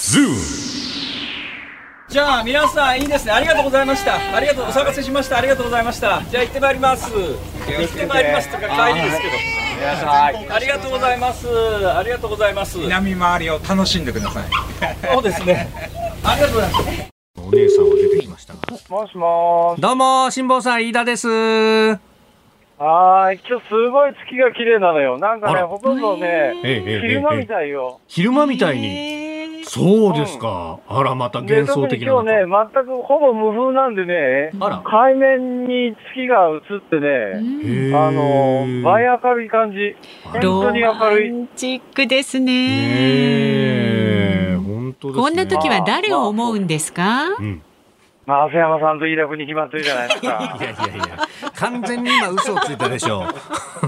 じゃあ皆さんいいですね。ありがとうございました。ありがとう、お騒がせしました。ありがとうございました。じゃあ行ってまいります。行ってまいりますとか帰りですけど。ありがとうございます。ありがとうございます。 南回りを楽しんでください。 そうですね。ありがとうございます。 お姉さんは出てきましたが。 もしもーし。 どうも辛坊さん、飯田です。 今日すごい月が綺麗なのよ。なんかね、ほとんどね、昼間みたいよ。 昼間みたいに。そうですか。あら、また幻想的な。 今日ね、全くほぼ無風なんでね、海面に月が映ってね、倍明るい感じ。本当に明るい。 ロマンチックですね。 本当ですね。 こんな時は誰を思うんですか？ 増山さんと飯田君に決まってるじゃないですか。 いや、完全に今嘘をついたでしょ。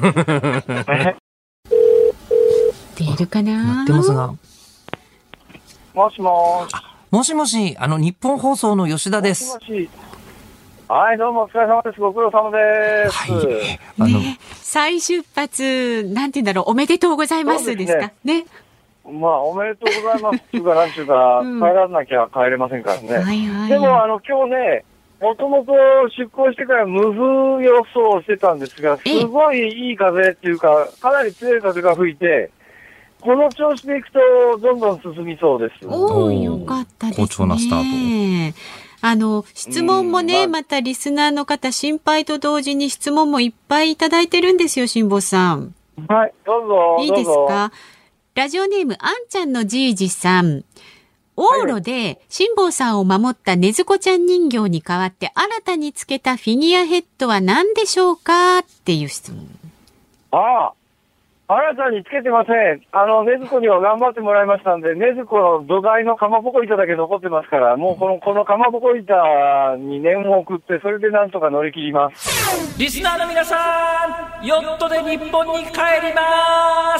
出るかな？ やってますが。 もしもーし。 もしもし、日本放送の吉田です。 もしもし。はい、どうもお疲れ様です。ご苦労様です。 はい。 再出発、なんて言うんだろう、おめでとうございますですかね。 まあ、おめでとうございますっていうか、なんていうか、帰らなきゃ帰れませんからね。でも、今日ね、もともと出港してから無風予想してたんですが、すごいいい風っていうか、かなり強い風が吹いて、この調子でいくと、どんどん進みそうです。 おー、よかったですね。 好調なスタート。質問もね、またリスナーの方、心配と同時に質問もいっぱいいただいてるんですよ、辛坊さん。 はい、どうぞ。 いいですか？ラジオネーム、あんちゃんのじいじさん。往路で辛坊さんを守ったねずこちゃん人形に代わって新たにつけたフィギュアヘッドは何でしょうかっていう質問。 新たにつけてません。ねずこには頑張ってもらいましたんで、ねずこの土台のかまぼこ板だけ残ってますから、もうこのかまぼこ板に念を送って、それでなんとか乗り切ります。 リスナーの皆さん、ヨットで日本に帰ります。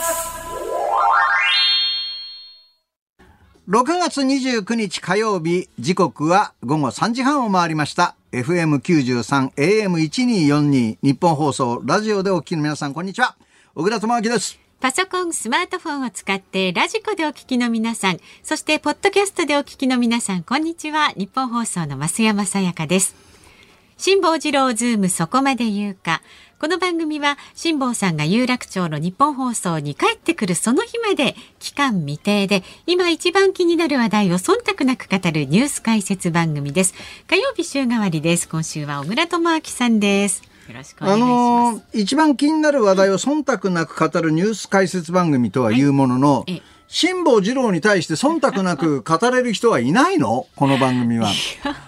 6月29日火曜日、時刻は午後3時半を回りました。FM93 AM1242 日本放送ラジオでお聞きの皆さん、こんにちは。小倉智明です。 パソコン、スマートフォンを使ってラジコでお聞きの皆さん、そしてポッドキャストでお聞きの皆さん、こんにちは。日本放送の増山さやかです。辛坊治郎ズームそこまで言うか。この番組は辛坊さんが有楽町の日本放送に帰ってくるその日まで期間未定で今一番気になる話題を忖度なく語るニュース解説番組です。火曜日週替わりです。今週は小倉智明さんです。よろしくお願いします。 一番気になる話題を忖度なく語るニュース解説番組とはいうものの、辛坊治郎に対して忖度なく語れる人はいないの？この番組は。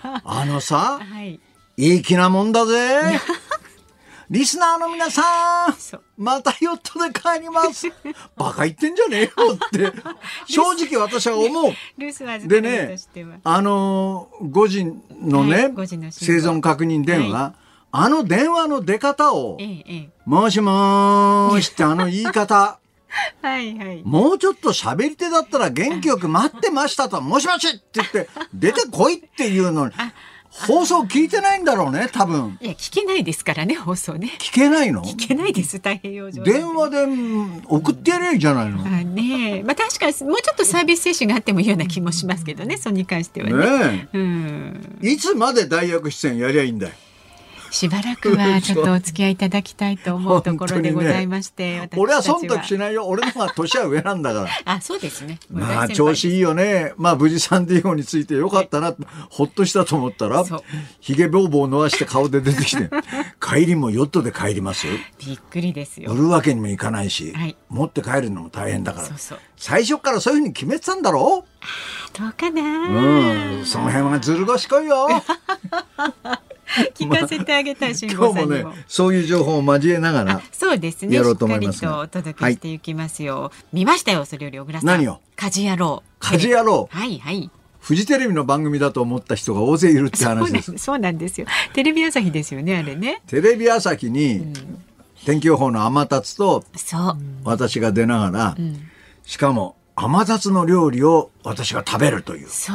いい気なもんだぜ。リスナーの皆さん、またヨットで帰ります。バカ言ってんじゃねえよって正直私は思う。でね、5時のね、生存確認電話、電話の出方を、もしもーしって言い方もうちょっと喋り手だったら元気よく待ってましたと、もしもしって言って出てこいっていうのに放送聞いてないんだろうね、多分。 いや、聞けないですからね、放送ね。 聞けないの？ 聞けないです、太平洋上。 電話で送ってやればいいじゃないの。 確かにもうちょっとサービス精神があってもいいような気もしますけどね、それに関してはね。 いつまで代役出演やりゃいいんだよ。 しばらくはちょっとお付き合いいただきたいと思うところでございまして、 俺は忖度しないよ。俺の方が年は上なんだから。 そうですね。 調子いいよね。無事サンディエゴについてよかったな、ほっとしたと思ったらひげぼうぼう伸ばして顔で出てきて帰りもヨットで帰りますよ。 びっくりですよ。 売るわけにもいかないし、持って帰るのも大変だから。最初からそういうふうに決めてたんだろう。 どうかな。 その辺はずる賢いよ。 聞かせてあげたい、辛坊さんにも。 今日もね、そういう情報を交えながらそうですね、 やろうと思います。 しっかりとお届けしていきますよ。見ましたよ、それより小倉さん。 何を？ 家事野郎。 家事野郎。フジテレビの番組だと思った人が大勢いるって話です。 そうなんですよ。テレビ朝日ですよね、あれね。 テレビ朝日に天気予報の天達と私が出ながら、しかも天達の料理を私が食べるという。 そう。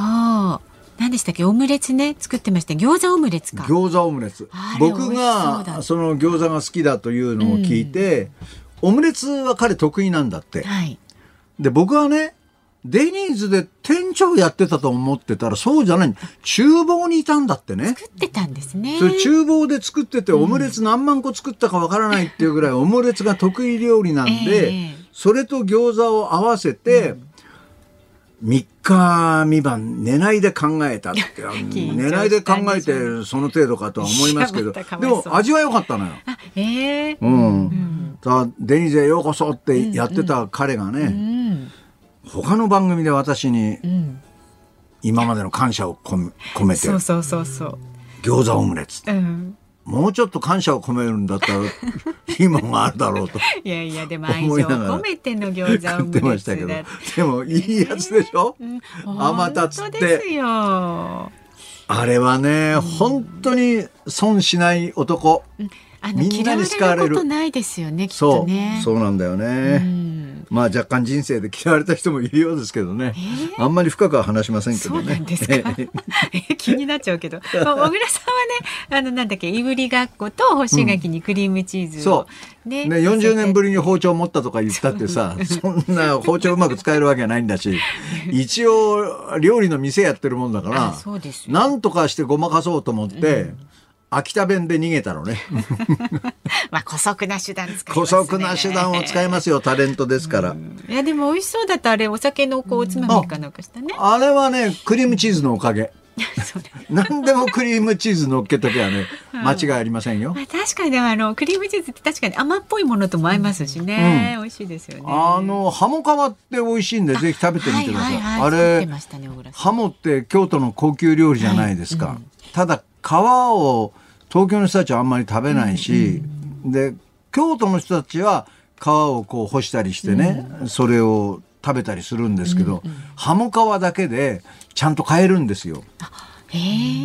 何でしたっけ、オムレツね、作ってました。餃子オムレツか。 餃子オムレツ。僕がその餃子が好きだというのを聞いて、オムレツは彼得意なんだって。で僕はね、 デニーズで店長やってたと思ってたらそうじゃない。厨房にいたんだってね。 作ってたんですね。 それ厨房で作っててオムレツ何万個作ったかわからないっていうぐらいオムレツが得意料理なんで、それと餃子を合わせて、3日3晩寝ないで考えたって寝ないで考えてその程度かとは思いますけど、でも味は良かったのよ。デニーズへようこそってやってた彼がね、他の番組で私に今までの感謝を込めて餃子オムレツ、もうちょっと感謝を込めるんだったらいいものがあるだろうといやいやでも愛情を込めての餃子オムレツだってでもいいやつでしょ、天達ってですよ。 あれはね、本当に損しない男、みんなに好かれる。 嫌われることないですよね、きっとね。 そうなんだよね。まあ若干人生で嫌われた人もいるようですけどね。あんまり深くは話しませんけどね。 そうなんですか。気になっちゃうけど。小倉さんはね、なんだっけ、いぶりがっこと干し柿にクリームチーズを、 ね、40年ぶりに包丁持ったとか言ったってさ、そんな包丁うまく使えるわけはないんだし、一応料理の店やってるもんだから、なんとかしてごまかそうと思って、秋田弁で逃げたのね。 まあ姑息な手段使いますね。 姑息な手段を使いますよ、タレントですから。 いやでも美味しそうだった。あれお酒のおつまみかなんかしたね。 あれはね、クリームチーズのおかげ。何でもクリームチーズ乗っけときはね、間違いありませんよ。 確かにでもクリームチーズって確かに甘っぽいものとも合いますしね、美味しいですよね。 ハモ皮って美味しいんでぜひ食べてみてください。あれハモって京都の高級料理じゃないですか。ただ皮を東京の人たちはあんまり食べないし、で京都の人たちは皮をこう干したりしてね、それを食べたりするんですけど、ハモ皮だけでちゃんと買えるんですよ。だから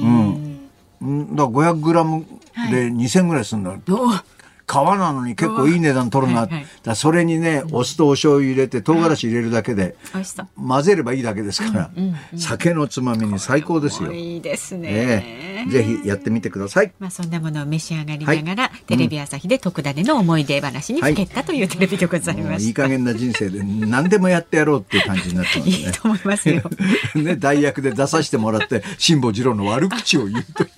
500グラムで2000ぐらいするんだ。皮なのに結構いい値段取るな。だそれにね、お酢とお醤油入れて唐辛子入れるだけで混ぜればいいだけですから、酒のつまみに最高ですよ。 いいですね。 ぜひやってみてください。 まあそんなものを召し上がりながら、テレビ朝日で特ダネの思い出話にふけったというテレビでございました。 いい加減な人生で何でもやってやろうっていう感じになってますね。 いいと思いますよ。 ね、代役で出させてもらって辛坊治郎の悪口を言うという。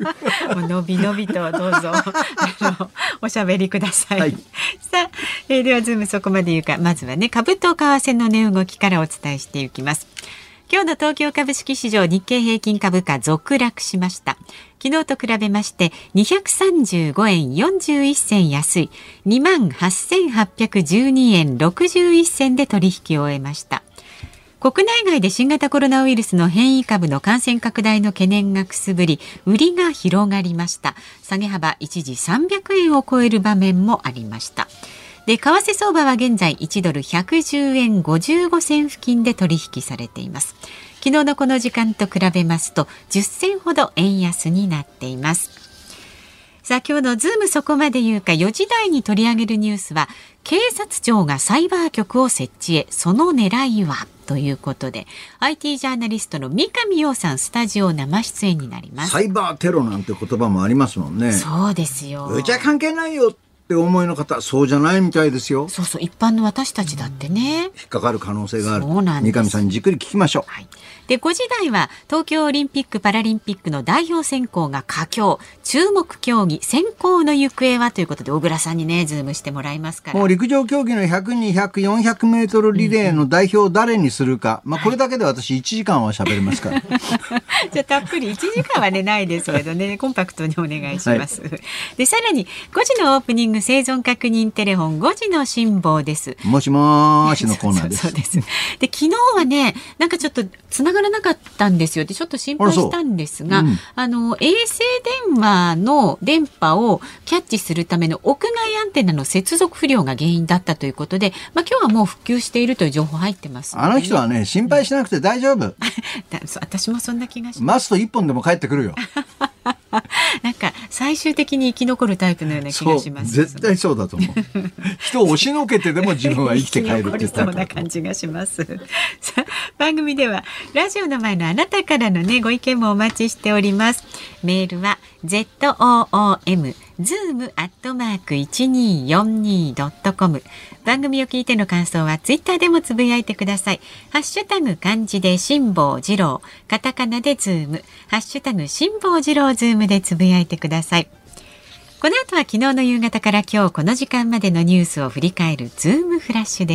もうのびのびとどうぞおしゃべりください。さあ、ではズームそこまで言うか、まずはね、株と為替の値動きからお伝えしていきます。今日の東京株式市場、日経平均株価続落しました。昨日と比べまして235円41銭安い 28,812 円61銭で取引を終えました。国内外で新型コロナウイルスの変異株の感染拡大の懸念がくすぶり、売りが広がりました。下げ幅一時300円を超える場面もありました。で、為替相場は現在1ドル110円55銭付近で取引されています。昨日のこの時間と比べますと10銭ほど円安になっています。さあ、今日のズームそこまで言うか4時台に取り上げるニュースは、警察庁がサイバー局を設置へ、その狙いはということで、 IT ジャーナリストの三上洋さんスタジオ生出演になります。 サイバーテロなんて言葉もありますもんね。 そうですよ。 うちは関係ないよって思いの方、そうじゃないみたいですよ。 そうそう、一般の私たちだってね、 引っかかる可能性がある。 そうなんです。 三上さんにじっくり聞きましょう。 はい。で、5時台は東京オリンピック・パラリンピックの代表選考が佳境、注目競技選考の行方はということで、小倉さんにねズームしてもらいますから。 もう陸上競技の100、200、400メートルリレーの代表を誰にするか、まあこれだけで私1時間は喋れますから。 じゃあたっぷり1時間はねないですけどね、コンパクトにお願いします。で、さらに5時のオープニング、生存確認テレフォン5時の辛抱です。 もしもーしのコーナーです。 そうです。で、昨日はね、なんかちょっとつながらなかったんですよ。で、ちょっと心配したんですが、衛星電話の電波をキャッチするための屋外アンテナの接続不良が原因だったということで、まあ今日はもう復旧しているという情報入ってます、ね。 あの人はね、心配しなくて大丈夫。 私もそんな気がします。 マスト1本でも帰ってくるよ。 なんか最終的に生き残るタイプのような気がします。 絶対そうだと思う。人を押しのけてでも自分は生きて帰るって言ったそうな感じがします。さあ、番組ではラジオの前のあなたからのねご意見もお待ちしております。 メールは zoom@1242.com。番組を聞いての感想はツイッターでもつぶやいてください。ハッシュタグ漢字で辛坊治郎、カタカナでズーム、ハッシュタグ辛坊治郎ズームでつぶやいてください。この後は昨日の夕方から今日この時間までのニュースを振り返るズームフラッシュです。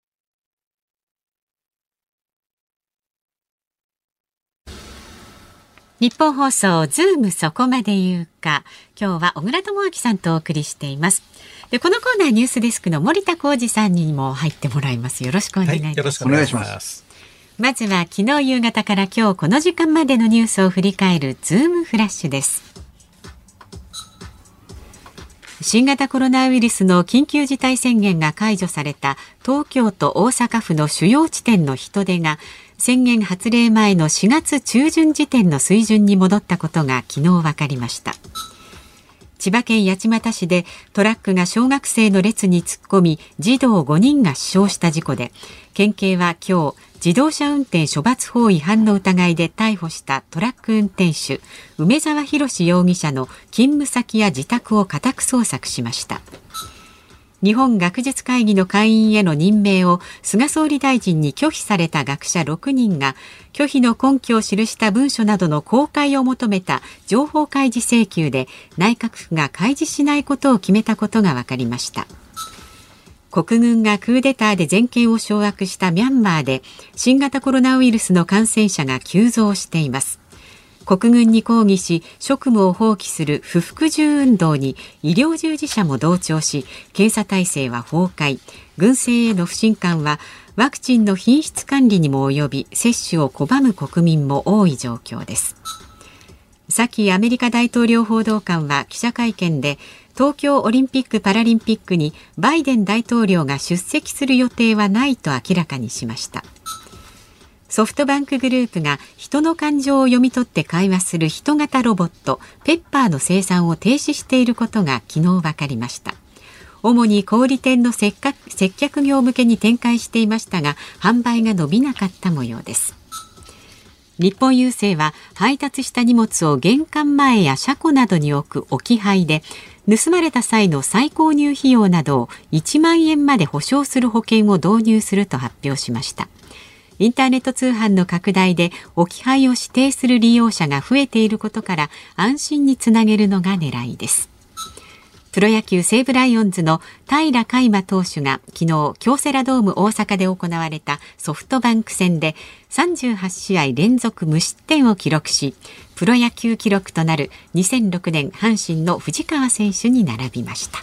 日本放送ズームそこまで言うか。今日は小倉智昭さんとお送りしています。でこのコーナーニュースデスクの森田浩二さんにも入ってもらいます。よろしくお願いいたします。 よろしくお願いします。 まずは昨日夕方から今日この時間までのニュースを振り返るズームフラッシュです。新型コロナウイルスの緊急事態宣言が解除された東京都大阪府の主要地点の人出が宣言発令前の4月中旬時点の水準に戻ったことが昨日分かりました。千葉県八街市でトラックが小学生の列に突っ込み児童5人が死傷した事故で、県警は今日自動車運転処罰法違反の疑いで逮捕したトラック運転手梅沢洋容疑者の勤務先や自宅を家宅捜索しました。日本学術会議の会員への任命を菅総理大臣に拒否された学者6人が拒否の根拠を記した文書などの公開を求めた情報開示請求で内閣府が開示しないことを決めたことが分かりました。国軍がクーデターで全権を掌握したミャンマーで新型コロナウイルスの感染者が急増しています。国軍に抗議し職務を放棄する不服従運動に医療従事者も同調し検査体制は崩壊。軍政への不信感はワクチンの品質管理にも及び接種を拒む国民も多い状況です。サキアメリカ大統領報道官は記者会見で東京オリンピック・パラリンピックにバイデン大統領が出席する予定はないと明らかにしました。ソフトバンクグループが人の感情を読み取って会話する人型ロボットペッパーの生産を停止していることが昨日分かりました。主に小売店の接客業向けに展開していましたが販売が伸びなかった模様です。日本郵政は配達した荷物を玄関前や車庫などに置く置き配で盗まれた際の再購入費用などを1万円まで保証する保険を導入すると発表しました。インターネット通販の拡大で置き配を指定する利用者が増えていることから安心につなげるのが狙いです。プロ野球西武ライオンズの平良海馬投手が昨日京セラドーム大阪で行われたソフトバンク戦で38試合連続無失点を記録しプロ野球記録となる2006年阪神の藤川選手に並びました。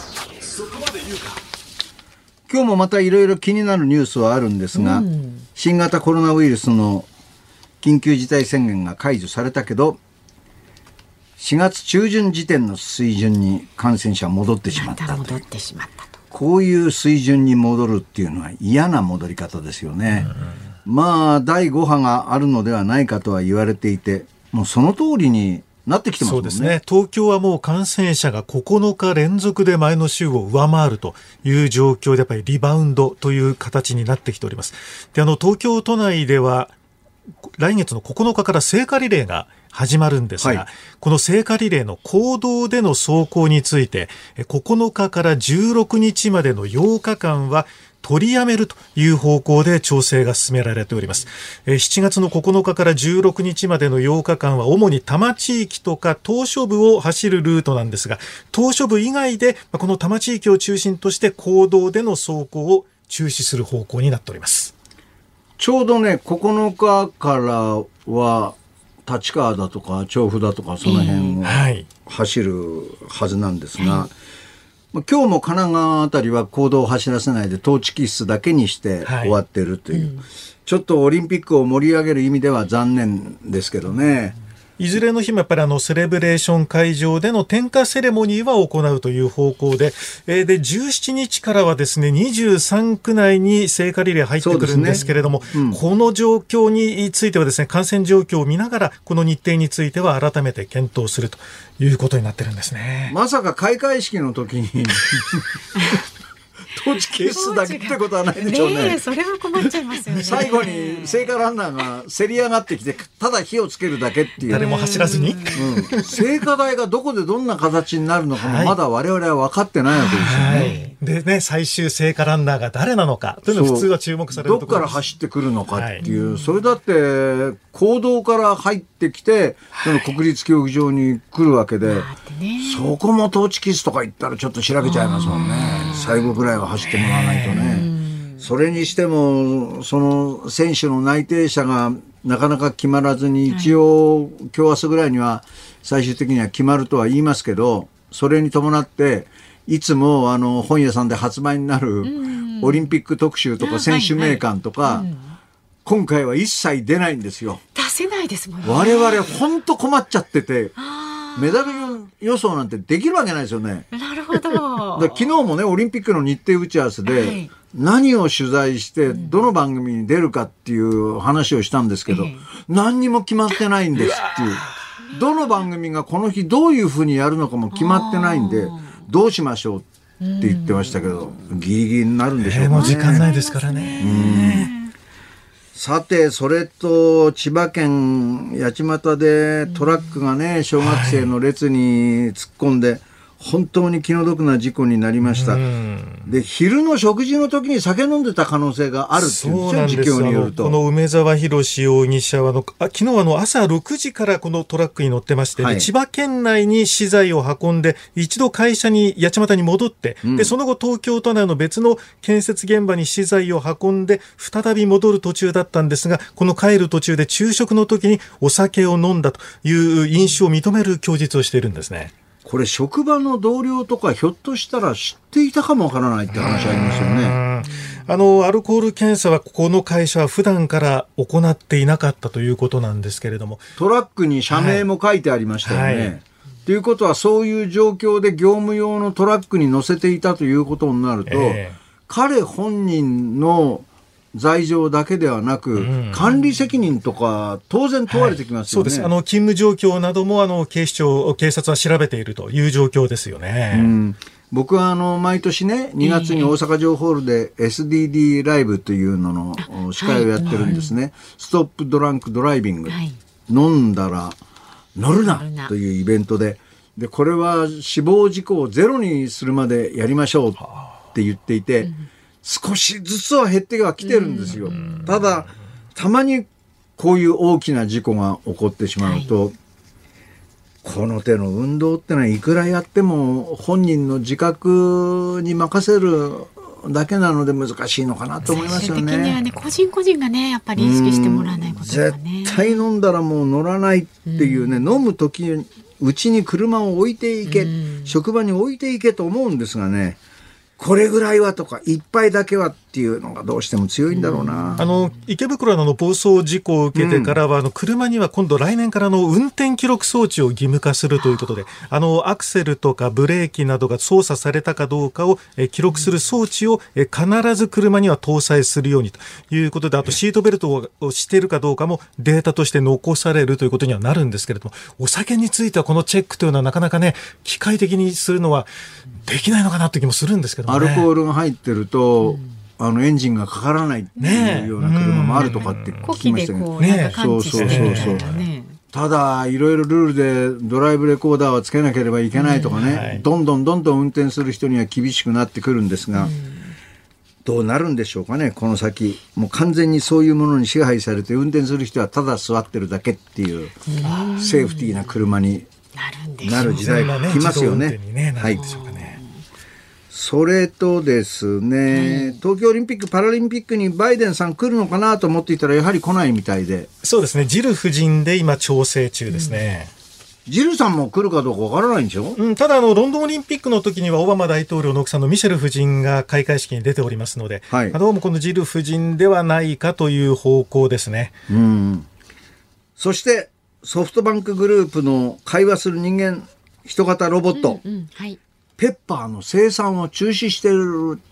今日もまたいろいろ気になるニュースはあるんですが、新型コロナウイルスの緊急事態宣言が解除されたけど4月中旬時点の水準に感染者戻ってしまったと。こういう水準に戻るっていうのは嫌な戻り方ですよね。まあ第5波があるのではないかとは言われていてもうその通りになってきてますもんね。 そうですね。東京はもう感染者が9日連続で前の週を上回るという状況でやっぱりリバウンドという形になってきております。で、東京都内では来月の9日から聖火リレーが始まるんですが、この聖火リレーの公道での走行について9日から16日までの8日間は取りやめるという方向で調整が進められております。7月の9日から16日までの8日間は主に多摩地域とか島嶼部を走るルートなんですが、島嶼部以外でこの多摩地域を中心として公道での走行を中止する方向になっております。 ちょうどね9日からは立川だとか調布だとかその辺を走るはずなんですが、今日も神奈川あたりは公道を走らせないでトーチキッスだけにして終わってるという、ちょっとオリンピックを盛り上げる意味では残念ですけどね。 いずれの日もやっぱりセレブレーション会場での点火セレモニーは行うという方向で、17日からはですね23区内に聖火リレー入ってくるんですけれども、この状況についてはですね感染状況を見ながらこの日程については改めて検討するということになってるんですね。 まさか開会式の時にトーチ消すだけってことはないでしょうね。 それは困っちゃいますよね。 最後に聖火ランナーがせり上がってきてただ火をつけるだけっていう、 誰も走らずに、 聖火台がどこでどんな形になるのかもまだ我々は分かってないわけですよね。 でね、最終聖火ランナーが誰なのかというのが普通は注目されるところです。 どっから走ってくるのかっていう、それだって公道から入ってきてその国立競技場に来るわけで、そこもトーチキスとか言ったらちょっと調べちゃいますもんね。最後ぐらいは走ってもらわないとね。それにしてもその選手の内定者がなかなか決まらずに、一応今日明日ぐらいには最終的には決まるとは言いますけど、それに伴っていつも本屋さんで発売になるオリンピック特集とか選手名鑑とか、今回は一切出ないんですよ。 出せないですもんね。 我々本当困っちゃってて、メダル予想なんてできるわけないですよね。 なるほど。 昨日もね、オリンピックの日程打ち合わせで、何を取材してどの番組に出るかっていう話をしたんですけど、何にも決まってないんですっていう。どの番組がこの日どういうふうにやるのかも決まってないんで、どうしましょうって言ってましたけど、ギリギリになるんでしょうかね。 もう時間ないですからね。 さて、それと千葉県八街でトラックがね、小学生の列に突っ込んで、本当に気の毒な事故になりました。で、昼の食事の時に酒飲んでた可能性があるっていうんですよ、実況によると。 この梅沢洋容疑者は昨日は朝6時からこのトラックに乗ってまして、千葉県内に資材を運んで一度会社に八街に戻って、でその後東京都内の別の建設現場に資材を運んで再び戻る途中だったんですが、この帰る途中で昼食の時にお酒を飲んだという飲酒を認める供述をしているんですね。 これ職場の同僚とかひょっとしたら知っていたかもわからないって話ありますよね。 アルコール検査はここの会社は普段から行っていなかったということなんですけれども、 トラックに社名も書いてありましたよね。ということはそういう状況で業務用のトラックに乗せていたということになると、彼本人の罪状だけではなく、管理責任とか当然問われてきますよね。 そうです。勤務状況なども警察は調べているという状況ですよね。 僕は毎年ね、2月に大阪城ホールで SDD ライブというのの司会をやってるんですね。ストップドランクドライビング、飲んだら乗るなというイベントで、これは死亡事故をゼロにするまでやりましょうって言っていて、少しずつは減ってはきてるんですよ。ただたまにこういう大きな事故が起こってしまうと、この手の運動ってのはいくらやっても本人の自覚に任せるだけなので難しいのかなと思いますよね。 最終的にはね、個人個人がね、やっぱり意識してもらわないことがね。 絶対飲んだらもう乗らないっていうね、飲む時うちに車を置いていけ、職場に置いていけと思うんですがね、これぐらいはとか一杯だけはっていうのがどうしても強いんだろうな。 池袋の暴走事故を受けてからは、車には今度来年から運転記録装置を義務化するということで、アクセルとかブレーキなどが操作されたかどうかを記録する装置を必ず車には搭載するようにということで、あとシートベルトをしているかどうかもデータとして残されるということにはなるんですけれども、お酒についてはこのチェックというのはなかなかね、機械的にするのはできないのかなという気もするんですけどね。 アルコールが入ってると、エンジンがかからないっていうような車もあるとかって聞きましたけどね。ただいろいろルールでドライブレコーダーはつけなければいけないとかね、どんどん運転する人には厳しくなってくるんですが、どうなるんでしょうかね、この先。もう完全にそういうものに支配されて、運転する人はただ座ってるだけっていうセーフティーな車になる時代が来ますよね。それとですね、東京オリンピック・パラリンピックにバイデンさん来るのかなと思っていたら、やはり来ないみたいで。 そうですね、ジル夫人で今調整中ですね。 ジルさんも来るかどうかわからないんでしょ。 ただロンドンオリンピックの時にはオバマ大統領の奥さんのミシェル夫人が開会式に出ておりますので、どうもこのジル夫人ではないかという方向ですね。 そしてソフトバンクグループの会話する人間人型ロボット、ペッパーの生産を中止している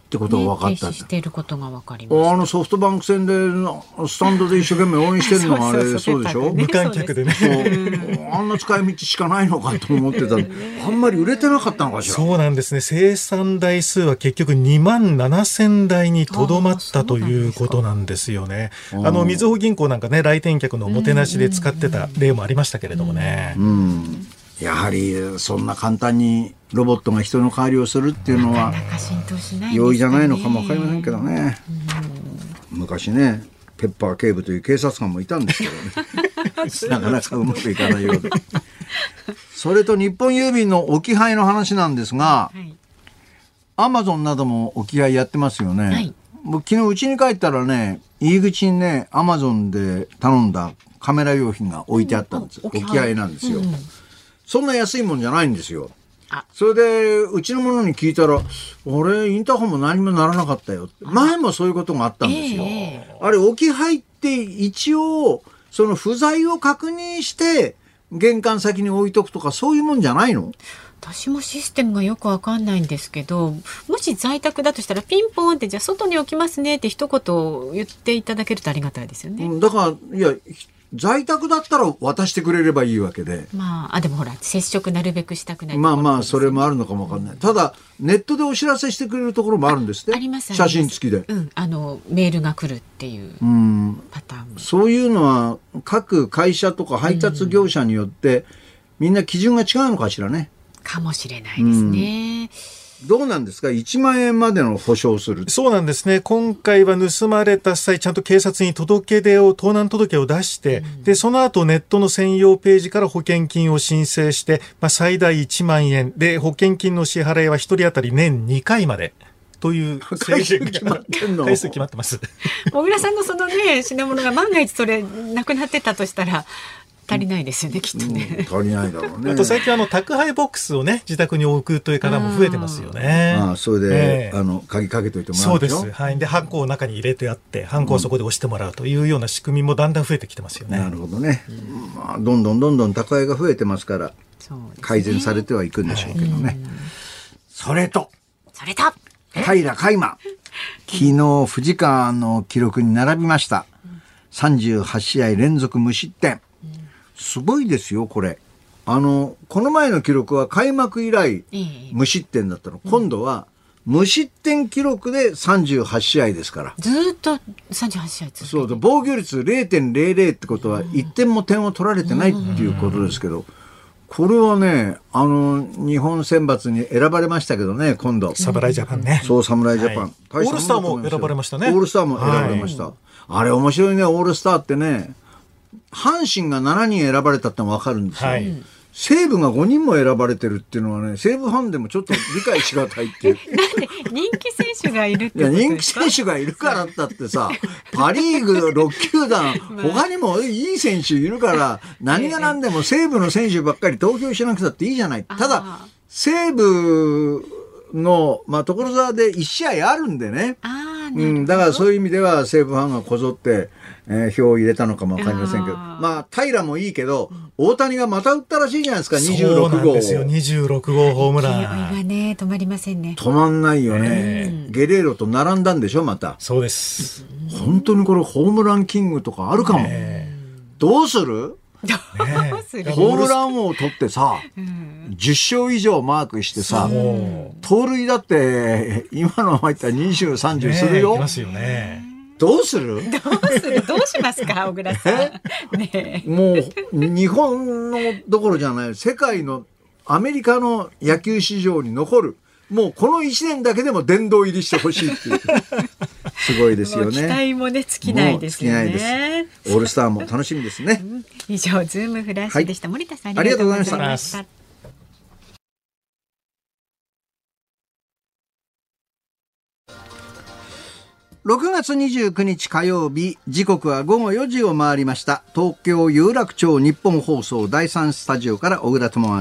ってことが分かった。 停止していることが分かりました。 ソフトバンク戦でスタンドで一生懸命応援してるのはあれそうでしょ、 無観客でね。 あんな使い道しかないのかと思ってた。あんまり売れてなかったのかしら。 そうなんですね。生産台数は結局2万7000台にとどまったということなんですよね。みずほ銀行なんかね、来店客のおもてなしで使ってた例もありましたけれどもね。 やはりそんな簡単にロボットが人の代わりをするっていうのは容易じゃないのかも分かりませんけどね。昔ね、ペッパー警部という警察官もいたんですけどねなかなかうまくいかないようでそれと日本郵便の置き配の話なんですが、アマゾンなども置き配やってますよね。僕昨日家に帰ったらね、入り口にね、アマゾンで頼んだカメラ用品が置いてあったんです。置き配なんですよ。そんな安いもんじゃないんですよ。それでうちの者に聞いたら、俺インターホンも何もならなかったよ。前もそういうことがあったんですよ。あれ置き配って一応その不在を確認して玄関先に置いとくとかそういうもんじゃないの？ 私もシステムがよくわかんないんですけど、もし在宅だとしたらピンポンって、じゃあ外に置きますねって一言言っていただけるとありがたいですよね。 だからいや、在宅だったら渡してくれればいいわけで、 でもほら接触なるべくしたくない、 それもあるのかもわかんない。ただネットでお知らせしてくれるところもあるんですって。 あります。 写真付きで、 メールが来るっていうパターンも。 そういうのは各会社とか配達業者によってみんな基準が違うのかしらね。 かもしれないですね。 どうなんですか、1万円までの保証する。 そうなんですね。今回は盗まれた際、ちゃんと警察に盗難届を出して、でその後ネットの専用ページから保険金を申請して、最大1万円で、保険金の支払いは1人当たり年2回までという回数決まってんの？ 回数決まってます。 小倉さんのそのね、品物が万が一それなくなってたとしたら足りないですよね、きっとね。 足りないだろうね。 あと最近宅配ボックスをね、自宅に置くという方も増えてますよね。 それで、鍵かけといてもらうんでしょ。 そうです。はい。で、ハンコを中に入れてあって、ハンコをそこで押してもらうというような仕組みもだんだん増えてきてますよね。 なるほどね。どんどん宅配が増えてますから、改善されてはいくんでしょうけどね。それと平海馬、昨日藤川の記録に並びました。38試合連続無失点。すごいですよこれ。この前の記録は開幕以来無失点だったの。今度は無失点記録で38試合ですから。 ずっと38試合。 そうだ、防御率 0.00 ってことは1点も点を取られてないっていうことですけど、これはね、日本選抜に選ばれましたけどね、今度侍ジャパンね。 そう、侍ジャパン、 オールスターも選ばれましたね。 オールスターも選ばれました、あれ面白いね。オールスターってね、阪神が7人選ばれたっての分かるんですよ、西武が5人も選ばれてるっていうのはね、西武ファンでもちょっと理解しがたいっていうなんで人気選手がいるってことですか？ 人気選手がいるからだってさ、パリーグ6球団他にもいい選手いるから、何が何でも西武の選手ばっかり投票しなくたっていいじゃない。ただ西武の、所沢で1試合あるんでね、だからそういう意味では西武ファンがこぞって票を入れたのかもわかりませんけど、平もいいけど、大谷がまた打ったらしいじゃないですか、26号。そうなんですよ、26号ホームラン。 勢いがね、止まりませんね。 止まんないよね。ゲレーロと並んだんでしょ、また。 そうです。 本当にこれホームランキングとかあるかも。どうする？ホームラン王を取ってさ、10勝以上マークしてさ、盗塁だって今のままいったら20、30するよ。 いますよね。 どうする？ どうしますか、小倉さん。ね、 もう日本のどころじゃない、世界のアメリカの野球史上に残る、もうこの1年だけでも殿堂入りしてほしいっていうすごいですよね。 期待もね、尽きないですよね。 オールスターも楽しみですね。 以上、ズームフラッシュでした。森田さん、 ありがとうございました。6月29日火曜日、時刻は午後4時を回りました。東京有楽町日本放送第3スタジオから小倉智昭と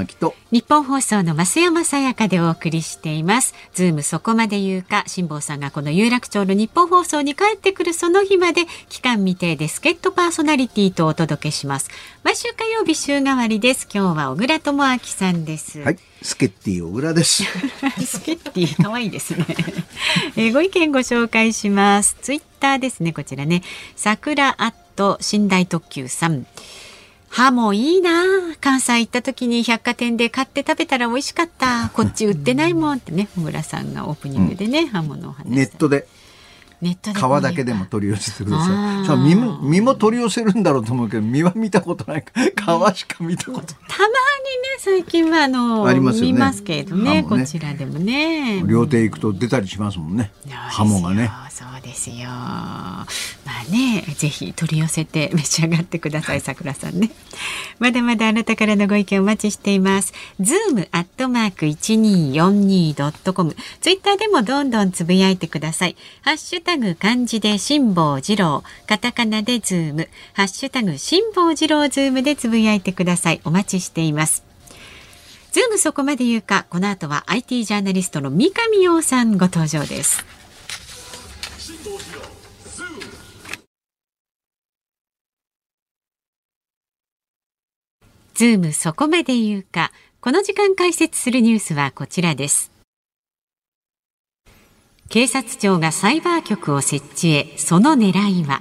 日本放送の増山さやかでお送りしています。ズームそこまで言うか、辛坊さんがこの有楽町の日本放送に帰ってくるその日まで期間未定で助っ人パーソナリティとお届けします。毎週火曜日週替わりです。今日は小倉智昭さんです。 はい、スケッティ小倉です。 スケッティ可愛いですね。ご意見ご紹介します。ツイッターですね、こちらね、桜アット寝台特急さん。ハモいいな、関西行った時に百貨店で買って食べたら美味しかった、こっち売ってないもんってね、小村さんがオープニングでね、ハモのお話。 ネットで皮だけでも取り寄せてください。身も取り寄せるんだろうと思うけど、身は見たことないから皮しか見たことない。 たまにね、最近はありますよね、見ますけどね、こちらでもね、 料亭行くと出たりしますもんね、ハモがね。 そうですよ。まあね、ぜひ取り寄せて召し上がってください、桜さんね。まだまだあなたからのご意見お待ちしています。zoom@1242.com、ツイッターでもどんどんつぶやいてください。ハッシュタグ漢字で辛坊治郎、カタカナでズーム、ハッシュタグ辛坊治郎ズームでつぶやいてください。お待ちしています。ズームそこまで言うか、この後は IT ジャーナリストの三上洋さんご登場です。ズームそこまで言うか、この時間解説するニュースはこちらです。警察庁がサイバー局を設置へ、その狙いは。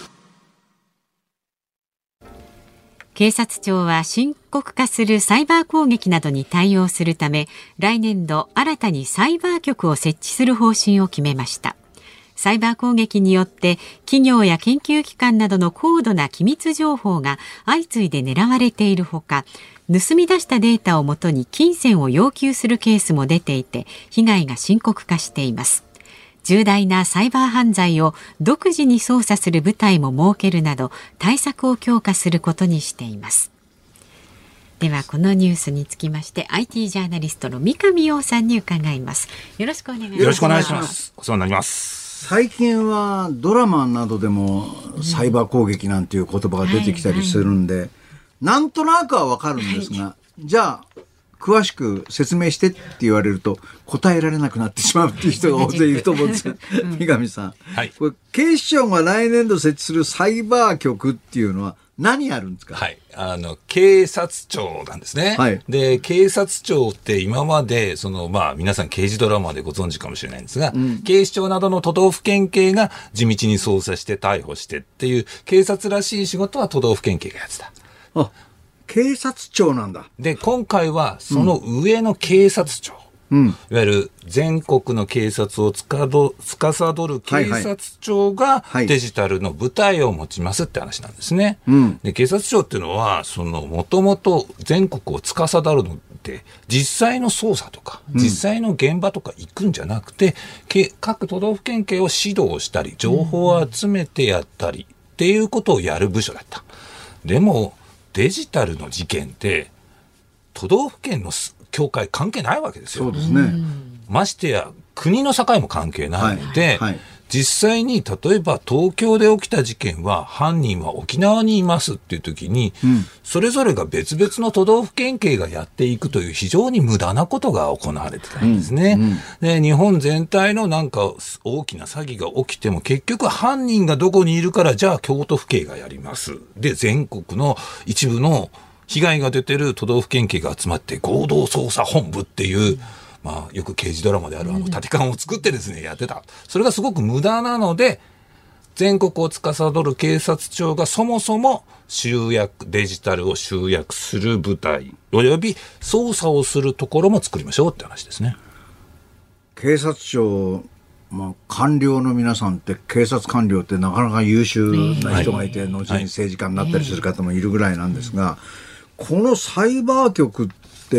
警察庁は深刻化するサイバー攻撃などに対応するため、来年度新たにサイバー局を設置する方針を決めました。サイバー攻撃によって企業や研究機関などの高度な機密情報が相次いで狙われているほか、盗み出したデータをもとに金銭を要求するケースも出ていて、被害が深刻化しています。重大なサイバー犯罪を独自に捜査する部隊も設けるなど、対策を強化することにしています。ではこのニュースにつきまして IT ジャーナリストの三上洋さんに伺います。よろしくお願いします。 よろしくお願いします。お世話になります。 最近はドラマなどでもサイバー攻撃なんていう言葉が出てきたりするんで、なんとなくはわかるんですが、じゃあ詳しく説明してって言われると答えられなくなってしまうっていう人が大勢いると思うんですよ。三上さん、これ警視庁が来年度設置するサイバー局っていうのは何やるんですか？ はい、警察庁なんですね。はい、で、警察庁って今まで皆さん刑事ドラマでご存知かもしれないんですが、警視庁などの都道府県警が地道に捜査して逮捕してっていう警察らしい仕事は都道府県警がやってた。 あ、警察庁なんだ。 で、今回はその上の警察庁。いわゆる全国の警察を司る警察庁がデジタルの部隊を持ちますって話なんですね。で、警察庁っていうのはもともと全国を司るのって実際の捜査とか実際の現場とか行くんじゃなくて、各都道府県警を指導したり情報を集めてやったりっていうことをやる部署だった。でもデジタルの事件って都道府県の境界関係ないわけですよ。 そうですね。 ましてや国の境も関係ないので、実際に例えば東京で起きた事件は犯人は沖縄にいますっていう時に、それぞれが別々の都道府県警がやっていくという非常に無駄なことが行われてたんですね。で、日本全体のなんか大きな詐欺が起きても結局犯人がどこにいるからじゃあ京都府警がやります。で、全国の一部の被害が出てる都道府県警が集まって合同捜査本部っていう、よく刑事ドラマである立て看を作ってですね、やってた。それがすごく無駄なので、全国を司る警察庁がそもそもデジタルを集約する部隊および捜査をするところも作りましょうって話ですね。 警察庁、官僚の皆さんって警察官僚ってなかなか優秀な人がいて、後に政治家になったりする方もいるぐらいなんですが、このサイバー局って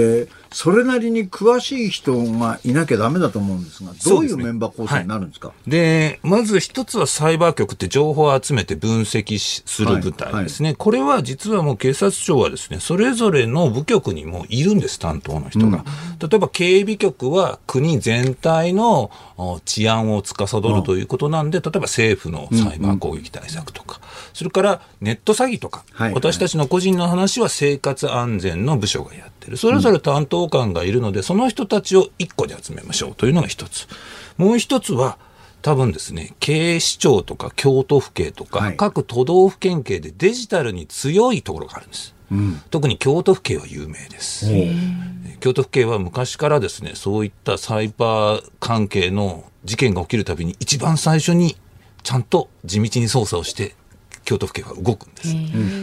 それなりに詳しい人がいなきゃダメだと思うんですが、どういうメンバー構成になるんですか？ で、まず一つはサイバー局って情報を集めて分析する部隊ですね。これは実はもう警察庁はですね、それぞれの部局にもいるんです、担当の人が。例えば警備局は国全体の治安を司るということなんで、例えば政府のサイバー攻撃対策とか、それからネット詐欺とか、私たちの個人の話は生活安全の部署がやってる。それぞれ担当官がいるので、その人たちを一個で集めましょうというのが一つ。もう一つは、多分ですね、警視庁とか京都府警とか、各都道府県警でデジタルに強いところがあるんです。特に京都府警は有名です。京都府警は昔からですね、そういったサイバー関係の事件が起きるたびに一番最初にちゃんと地道に捜査をして京都府警は動くんです。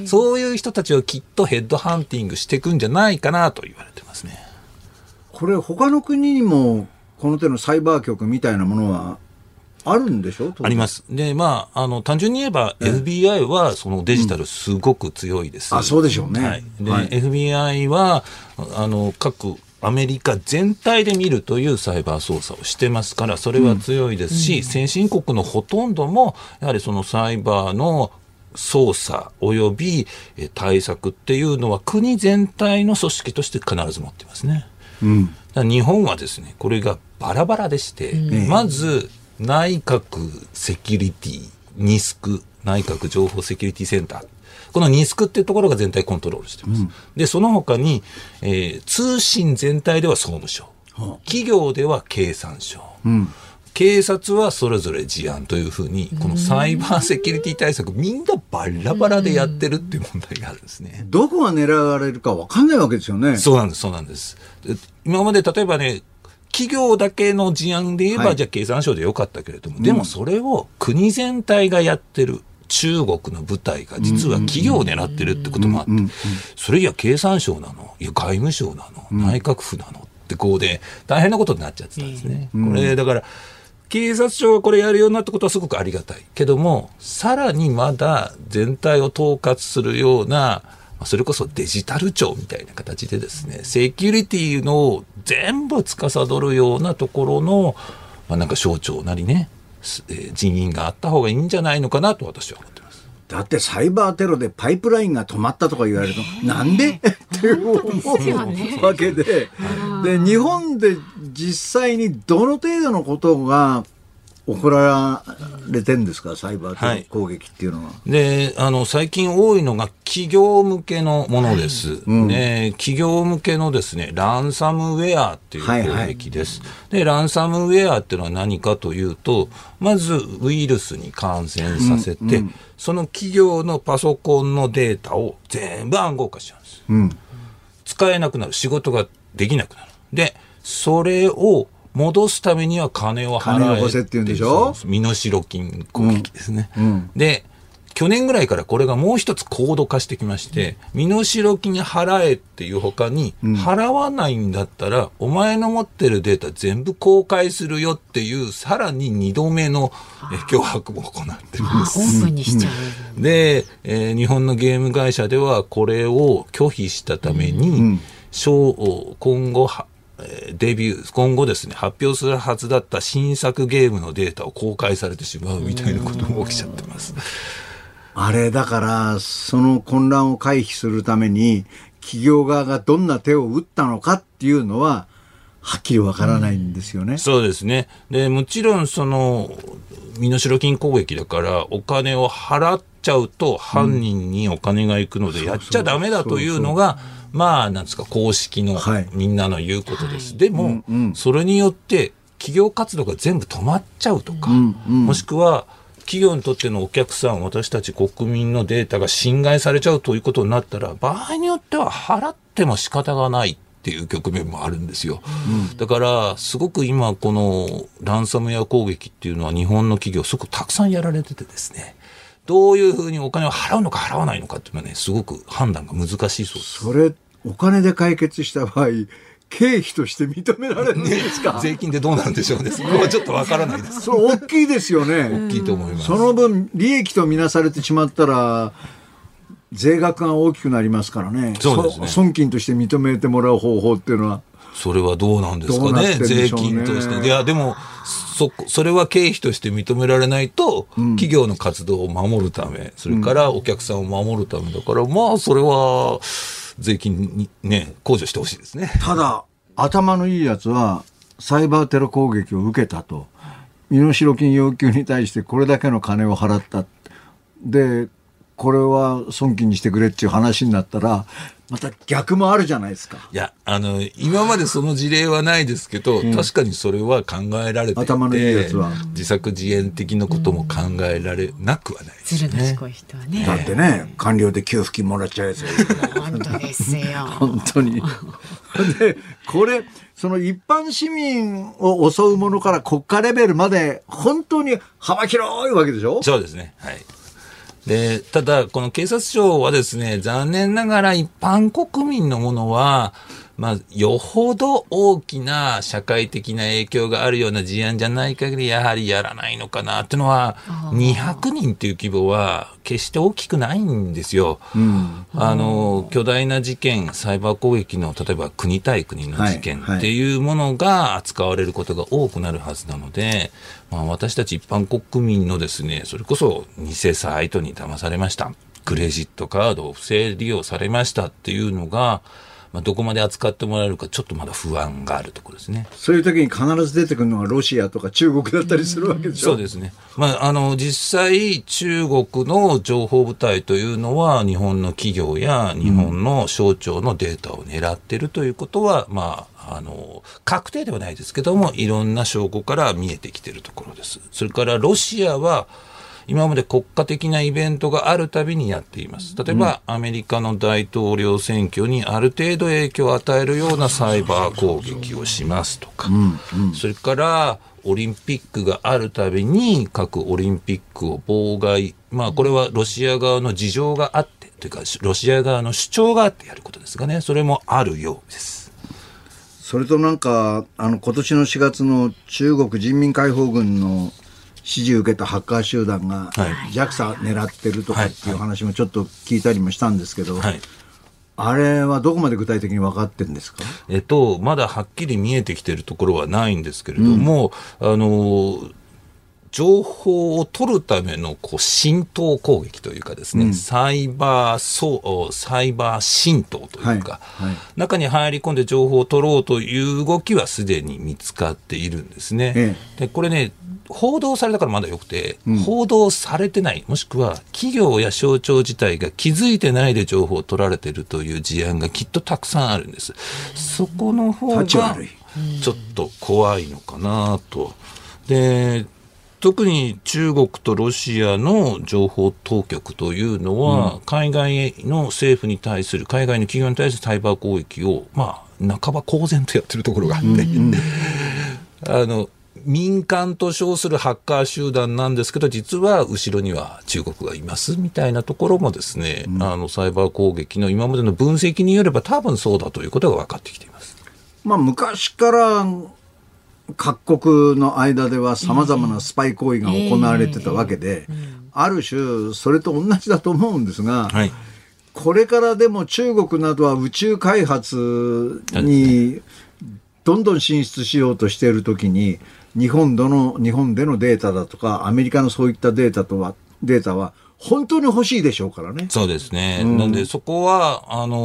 そういう人たちをきっとヘッドハンティングしていくんじゃないかなと言われてますね。 これ他の国にもこの手のサイバー局みたいなものはあるんでしょ？ あります。で、単純に言えば FBI はそのデジタルすごく強いです。 そうでしょうね。 はい。で、FBI は各アメリカ全体で見るというサイバー捜査をしてますから、それは強いですし、先進国のほとんどもやはりそのサイバーの捜査及び対策っていうのは国全体の組織として必ず持っていますね。だから日本はですね、これがバラバラでして、まず内閣セキュリティ、ニスク、内閣情報セキュリティセンター。このニスクっていうところが全体コントロールしています。で、その他に、通信全体では総務省。企業では経産省。警察はそれぞれ事案というふうに、このサイバーセキュリティ対策みんなバラバラでやってるっていう問題があるんですね。 どこが狙われるか分かんないわけですよね。 そうなんです、そうなんです。今まで例えばね、企業だけの事案で言えば、じゃあ経産省でよかったけれども、でもそれを国全体がやってる中国の部隊が実は企業を狙ってるってこともあって、それいや経産省なの、いや外務省なの、内閣府なのってこうで大変なことになっちゃってたんですね。これだから警察庁がこれやるようになったことはすごくありがたいけども、さらにまだ全体を統括するような、それこそデジタル庁みたいな形でですね、セキュリティの全部司るようなところの、なんか省庁なりね、人員があった方がいいんじゃないのかなと私は思ってます。 だってサイバーテロでパイプラインが止まったとか言われると、なんでって思うわけで、で日本で実際にどの程度のことが行われてるんですか、サイバー攻撃っていうのは。 で、最近多いのが企業向けのものです。企業向けのですね、ランサムウェアっていう攻撃です。で、ランサムウェアっていうのは何かというと、まずウイルスに感染させて、その企業のパソコンのデータを全部暗号化しちゃうんです。使えなくなる、仕事ができなくなる。で、それを戻すためには金を払え、 金を越せっていうんでしょ。 身代金攻撃ですね。で、去年ぐらいからこれがもう一つ高度化してきまして、身代金払えっていうほかに、払わないんだったらお前の持ってるデータ全部公開するよっていうさらに2度目の脅迫も行ってるんです。 オープンにしちゃう。 で、日本のゲーム会社ではこれを拒否したために、今後今後ですね、発表するはずだった新作ゲームのデータを公開されてしまうみたいなことも起きちゃってます。 あれだからその混乱を回避するために企業側がどんな手を打ったのかっていうのははっきりわからないんですよね。 そうですね。で、もちろんその身代金攻撃だからお金を払っちゃうと犯人にお金が行くのでやっちゃダメだというのが、なんですか、公式のみんなの言うことです。でも、それによって企業活動が全部止まっちゃうとか、もしくは企業にとってのお客さん、私たち国民のデータが侵害されちゃうということになったら、場合によっては払っても仕方がないっていう局面もあるんですよ。だからすごく今このランサムウェア攻撃っていうのは日本の企業すごくたくさんやられててですね、どういうふうにお金を払うのか払わないのかっていうのはね、すごく判断が難しいそうです。 それお金で解決した場合、経費として認められるんですか？ 税金でどうなるんでしょうね。そこはちょっとわからないです。 それ大きいですよね。 大きいと思います。 その分利益とみなされてしまったら税額が大きくなりますからね。 そうですね。 損金として認めてもらう方法っていうのはそれはどうなんですかね、税金として。いや、でも、それは経費として認められないと、企業の活動を守るため、それからお客さんを守るためだから、まあ、それは、税金にね、控除してほしいですね。 ただ、頭のいいやつは、サイバーテロ攻撃を受けたと。身代金要求に対してこれだけの金を払った。で、これは損金にしてくれっていう話になったら、また逆もあるじゃないですか。 いや、今までその事例はないですけど、確かにそれは考えられていて、 頭のいいやつは自作自演的なことも考えられなくはないですね。 ずる賢い人はね。 だってね、官僚で給付金もらっちゃうやつがいるから本当ですよ。 本当に。で、これ、その一般市民を襲うものから国家レベルまで、本当に幅広いわけでしょ？ そうですね。はい。で、ただ、この警察庁はですね、残念ながら一般国民のものは、まあ、よほど大きな社会的な影響があるような事案じゃない限り、やはりやらないのかなっていうのは、200人っていう規模は決して大きくないんですよ。巨大な事件、サイバー攻撃の、例えば国対国の事件っていうものが扱われることが多くなるはずなので、まあ、私たち一般国民のですね、それこそ偽サイトに騙されました、クレジットカードを不正利用されましたっていうのが、まあ、どこまで扱ってもらえるかちょっとまだ不安があるところですね。 そういう時に必ず出てくるのがロシアとか中国だったりするわけでしょ。 そうですね。まあ、実際中国の情報部隊というのは日本の企業や日本の省庁のデータを狙っているということは、まあ、確定ではないですけども、いろんな証拠から見えてきているところです。それからロシアは今まで国家的なイベントがあるたびにやっています。例えば、アメリカの大統領選挙にある程度影響を与えるようなサイバー攻撃をしますとか、それからオリンピックがあるたびに各オリンピックを妨害、まあこれはロシア側の事情があってというかロシア側の主張があってやることですがね、それもあるようです。 それとなんか今年の4月の中国人民解放軍の指示を受けたハッカー集団が JAXA 狙ってるとかっていう話もちょっと聞いたりもしたんですけど、あれはどこまで具体的に分かってるんですか？ まだはっきり見えてきてるところはないんですけれども、情報を取るための浸透攻撃というかですね、サイバー浸透というか、中に入り込んで情報を取ろうという動きはすでに見つかっているんですね。でこれね、報道されたからまだよくて、報道されてない、もしくは企業や省庁自体が気づいてないで情報を取られているという事案がきっとたくさんあるんです。そこの方がちょっと怖いのかなと。で特に中国とロシアの情報当局というのは、海外の政府に対する、海外の企業に対するサイバー攻撃を、まあ、半ば公然とやってるところがあって、民間と称するハッカー集団なんですけど、実は後ろには中国がいますみたいなところもですね、サイバー攻撃の今までの分析によれば多分そうだということが分かってきています。 まあ、昔から各国の間では様々なスパイ行為が行われてたわけで、ある種それと同じだと思うんですが、これからでも中国などは宇宙開発にどんどん進出しようとしているときに、日本でのデータだとかアメリカのそういったデータは本当に欲しいでしょうからね。 そうですね。なんでそこは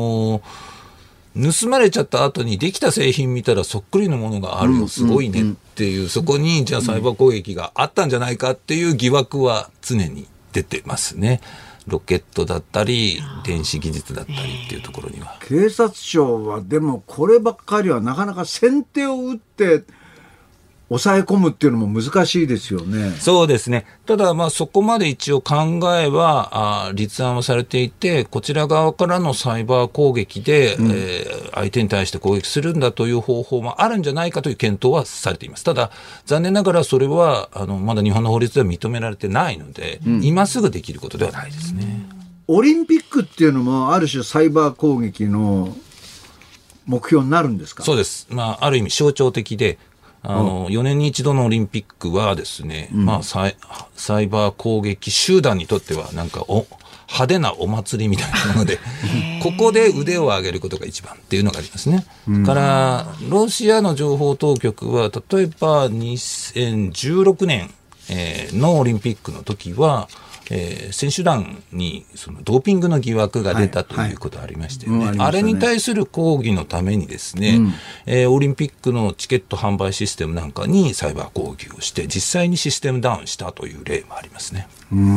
盗まれちゃった後にできた製品見たらそっくりのものがあるよ、すごいねっていう、そこにじゃあサイバー攻撃があったんじゃないかっていう疑惑は常に出てますね。ロケットだったり電子技術だったりっていうところには。 警察庁はでもこればっかりはなかなか先手を打って抑え込むっていうのも難しいですよね。 そうですね。ただまあそこまで一応考えは立案はされていて、こちら側からのサイバー攻撃で、相手に対して攻撃するんだという方法もあるんじゃないかという検討はされています。ただ残念ながらそれはまだ日本の法律では認められてないので、今すぐできることではないですね。 オリンピックっていうのもある種サイバー攻撃の目標になるんですか？ そうです。まあある意味象徴的で、4年に一度のオリンピックはですね、まあサイバー攻撃集団にとってはなんか派手なお祭りみたいなものでここで腕を上げることが一番っていうのがありますね。からロシアの情報当局は例えば2016年、のオリンピックの時は選手団にそのドーピングの疑惑が出たということがありましてね、あれに対する抗議のためにですね、オリンピックのチケット販売システムなんかにサイバー攻撃をして実際にシステムダウンしたという例もありますね。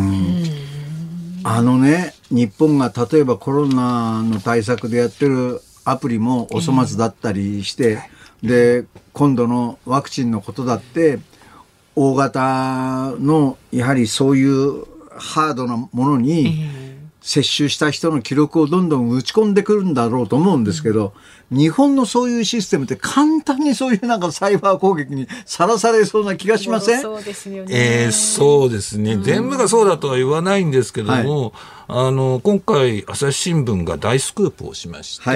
日本が例えばコロナの対策でやってるアプリもお粗末だったりして、で今度のワクチンのことだって大型のやはりそういうハードなものに接種した人の記録をどんどん打ち込んでくるんだろうと思うんですけど、日本のそういうシステムって簡単にそういうなんかサイバー攻撃にさらされそうな気がしません？ そうですよね。 そうですね、全部がそうだとは言わないんですけども、今回朝日新聞が大スクープをしまして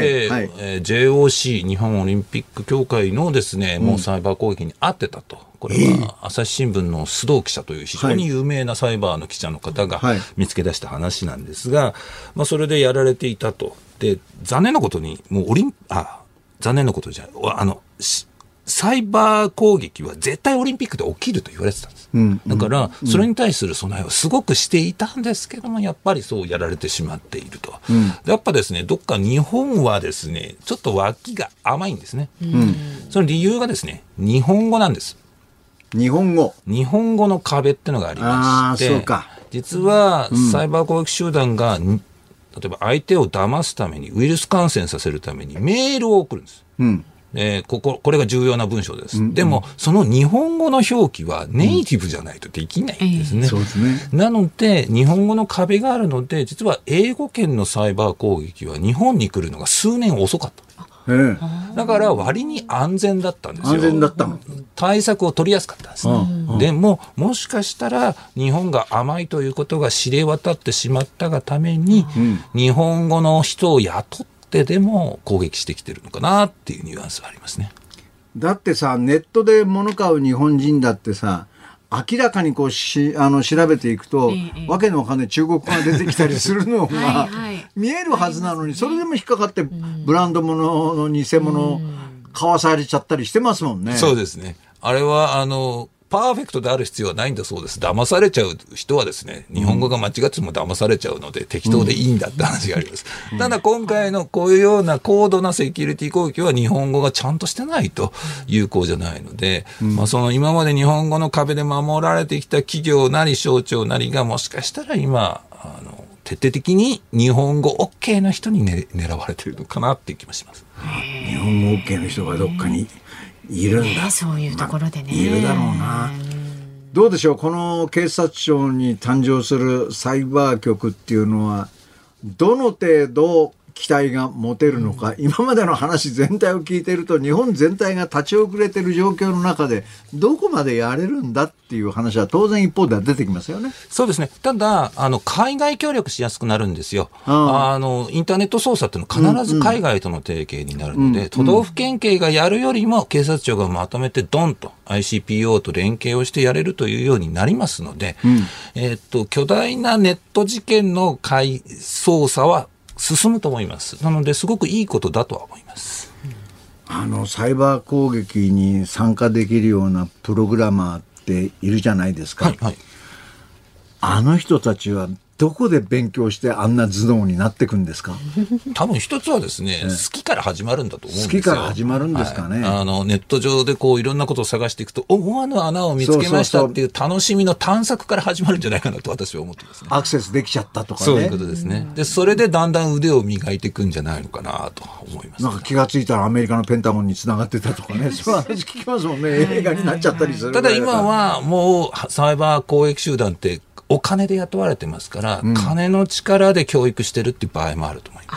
、JOC 日本オリンピック協会のですね、もうサイバー攻撃に遭ってたと。これは朝日新聞の須藤記者という非常に有名なサイバーの記者の方が見つけ出した話なんですが、それでやられていたと。で残念なことにもう残念なことじゃないサイバー攻撃は絶対オリンピックで起きると言われてたんです。だからそれに対する備えはすごくしていたんですけども、やっぱりそうやられてしまっていると。やっぱですね、どっか日本はですねちょっと脇が甘いんですね。その理由がですね日本語なんです。日本語の壁ってのがありまして、実はサイバー攻撃集団が例えば相手を騙すためにウイルス感染させるためにメールを送るんです。これが重要な文章です。でもその日本語の表記はネイティブじゃないとできないんですね。なので日本語の壁があるので、実は英語圏のサイバー攻撃は日本に来るのが数年遅かった。だから割に安全だったんですよ。安全だったの。対策を取りやすかったんですね。でももしかしたら日本が甘いということが知れ渡ってしまったがために、日本語の人を雇ってでも攻撃してきてるのかなっていうニュアンスはありますね。 だってさ、ネットで物買う日本人だってさ、明らかにこう調べていくと、わけのわかんない中国語が出てきたりするのが見えるはずなのに、それでも引っかかってブランド物の偽物を買わされちゃったりしてますもんね。 そうですね。あれはパーフェクトである必要はないんだそうです。騙されちゃう人はですね、日本語が間違っても騙されちゃうので、適当でいいんだって話があります。ただ今回のこういうような高度なセキュリティ攻撃は日本語がちゃんとしてないと有効じゃないので、その今まで日本語の壁で守られてきた企業なり省庁なりがもしかしたら今徹底的に日本語 OK な人に、狙われているのかなっていう気もします。 日本語 OK の人がどっかにいるんだ、 そういうところでね、 いるだろうな。どうでしょう、この警察庁に誕生するサイバー局っていうのはどの程度期待が持てるのか。今までの話全体を聞いていると、日本全体が立ち遅れている状況の中でどこまでやれるんだっていう話は当然一方では出てきますよね。 そうですね。ただ海外協力しやすくなるんですよ。インターネット捜査っていうのは必ず海外との提携になるので、都道府県警がやるよりも警察庁がまとめてドンと ICPO と連携をしてやれるというようになりますので、巨大なネット事件の捜査は進むと思います。なのですごくいいことだとは思います。 サイバー攻撃に参加できるようなプログラマーっているじゃないですか。あの人たちはどこで勉強してあんな頭脳になっていくんですか？ 多分一つはですね、好きから始まるんだと思うんですよ。 好きから始まるんですかね。 ネット上でいろんなことを探していくと、思わぬ穴を見つけましたっていう楽しみの探索から始まるんじゃないかなと私は思ってますね。 アクセスできちゃったとかね。 そういうことですね。でそれでだんだん腕を磨いていくんじゃないのかなと思います。 なんか気がついたらアメリカのペンタゴンに繋がってたとかね、そういう話聞きますもんね。映画になっちゃったりする。 ただ今はもうサイバー攻撃集団ってお金で雇われてますから、金の力で教育してるっていう場合もあると思います。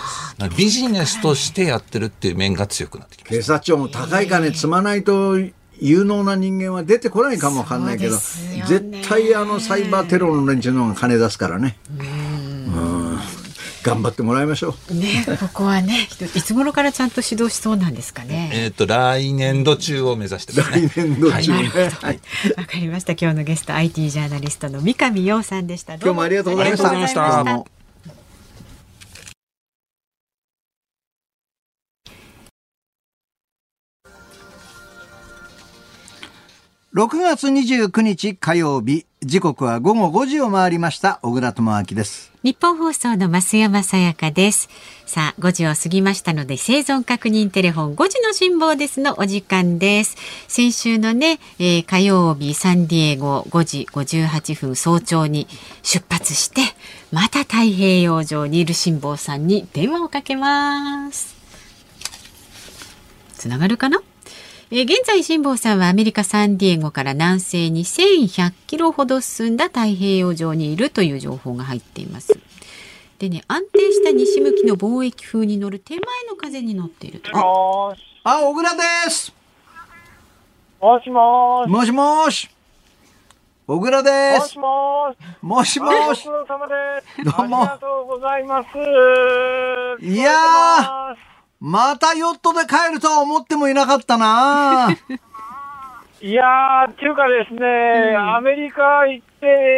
ビジネスとしてやってるっていう面が強くなってきます。 警察庁も高い金積まないと有能な人間は出てこないかもわかんないけど、絶対サイバーテロの連中の方が金出すからね。頑張ってもらいましょう。 ね、ここはね、いつ頃からちゃんと指導しそうなんですかね。 来年度中を目指してますね。 来年度中ね。 わかりました。今日のゲスト IT ジャーナリストの三上洋さんでした。 今日もありがとうございました。 6月29日火曜日、時刻は午後5時を回りました。小倉智明です。 日本放送の増山さやかです。さあ、5時を過ぎましたので、生存確認テレフォン5時の辛抱ですのお時間です。先週のね、火曜日サンディエゴ5時58分早朝に出発して、また太平洋上にいる辛抱さんに電話をかけます。つながるかな？現在辛坊さんはアメリカサンディエゴから南西に1100キロほど進んだ太平洋上にいるという情報が入っています。でね、安定した西向きの貿易風に乗る手前の風に乗っていると。 小倉です。 もしもし。 もしもし。小倉です。 もしもし。 もしもし。 ご苦労様です。 どうも。 ありがとうございます。 いやー。またヨットで帰るとは思ってもいなかったないやー、っていうかですね、アメリカ行って、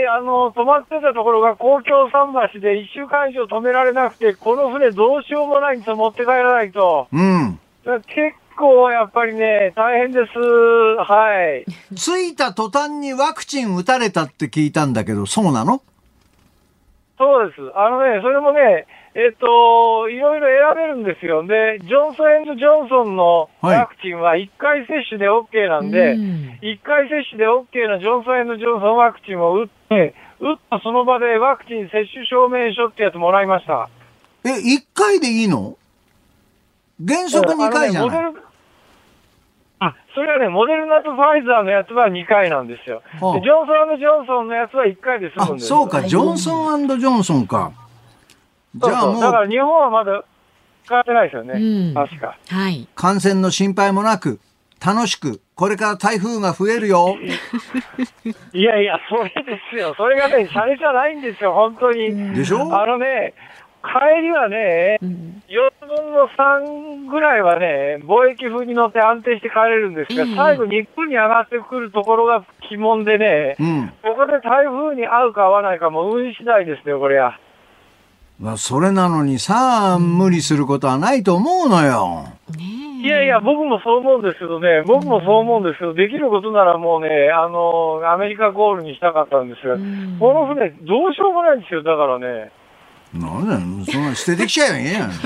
泊まってたところが公共桟橋で1週間以上止められなくて、この船どうしようもないんですよ、持って帰らないと。 うん。 結構やっぱりね、大変です。はい。 着いた途端にワクチン打たれたって聞いたんだけど、そうなの？ そうです。それもね、いろいろ選べるんですよ。で、ジョンソン&ジョンソンのワクチンは1回接種で OK なんで、1回接種で OK なジョンソン&ジョンソンワクチンを打って、打ったその場でワクチン接種証明書ってやつもらいました。 1回でいいの？原則2回じゃない？ それはね、モデルナとファイザーのやつは2回なんですよ。でジョンソン&ジョンソンのやつは1回で済むんですよ。 そうか、ジョンソン&ジョンソンか。 じゃあもうだから日本はまだ変わってないですよね、確か。 はい。 感染の心配もなく、楽しく、これから台風が増えるよ。 いやいや、それですよ。それがね、シャレじゃないんですよ、本当に。 でしょ？ 帰りはね、4分の3ぐらいはね、貿易風に乗って安定して帰れるんですが、最後日本に上がってくるところが鬼門でね、ここで台風に合うか合わないかも運次第ですね、これは。 それなのにさ、無理することはないと思うのよ。 いやいや、僕もそう思うんですけどね、できることならもうね、アメリカゴールにしたかったんですが、この船、どうしようもないんですよ、だからね。 なんだよ、そんな捨ててきちゃえばいいやん。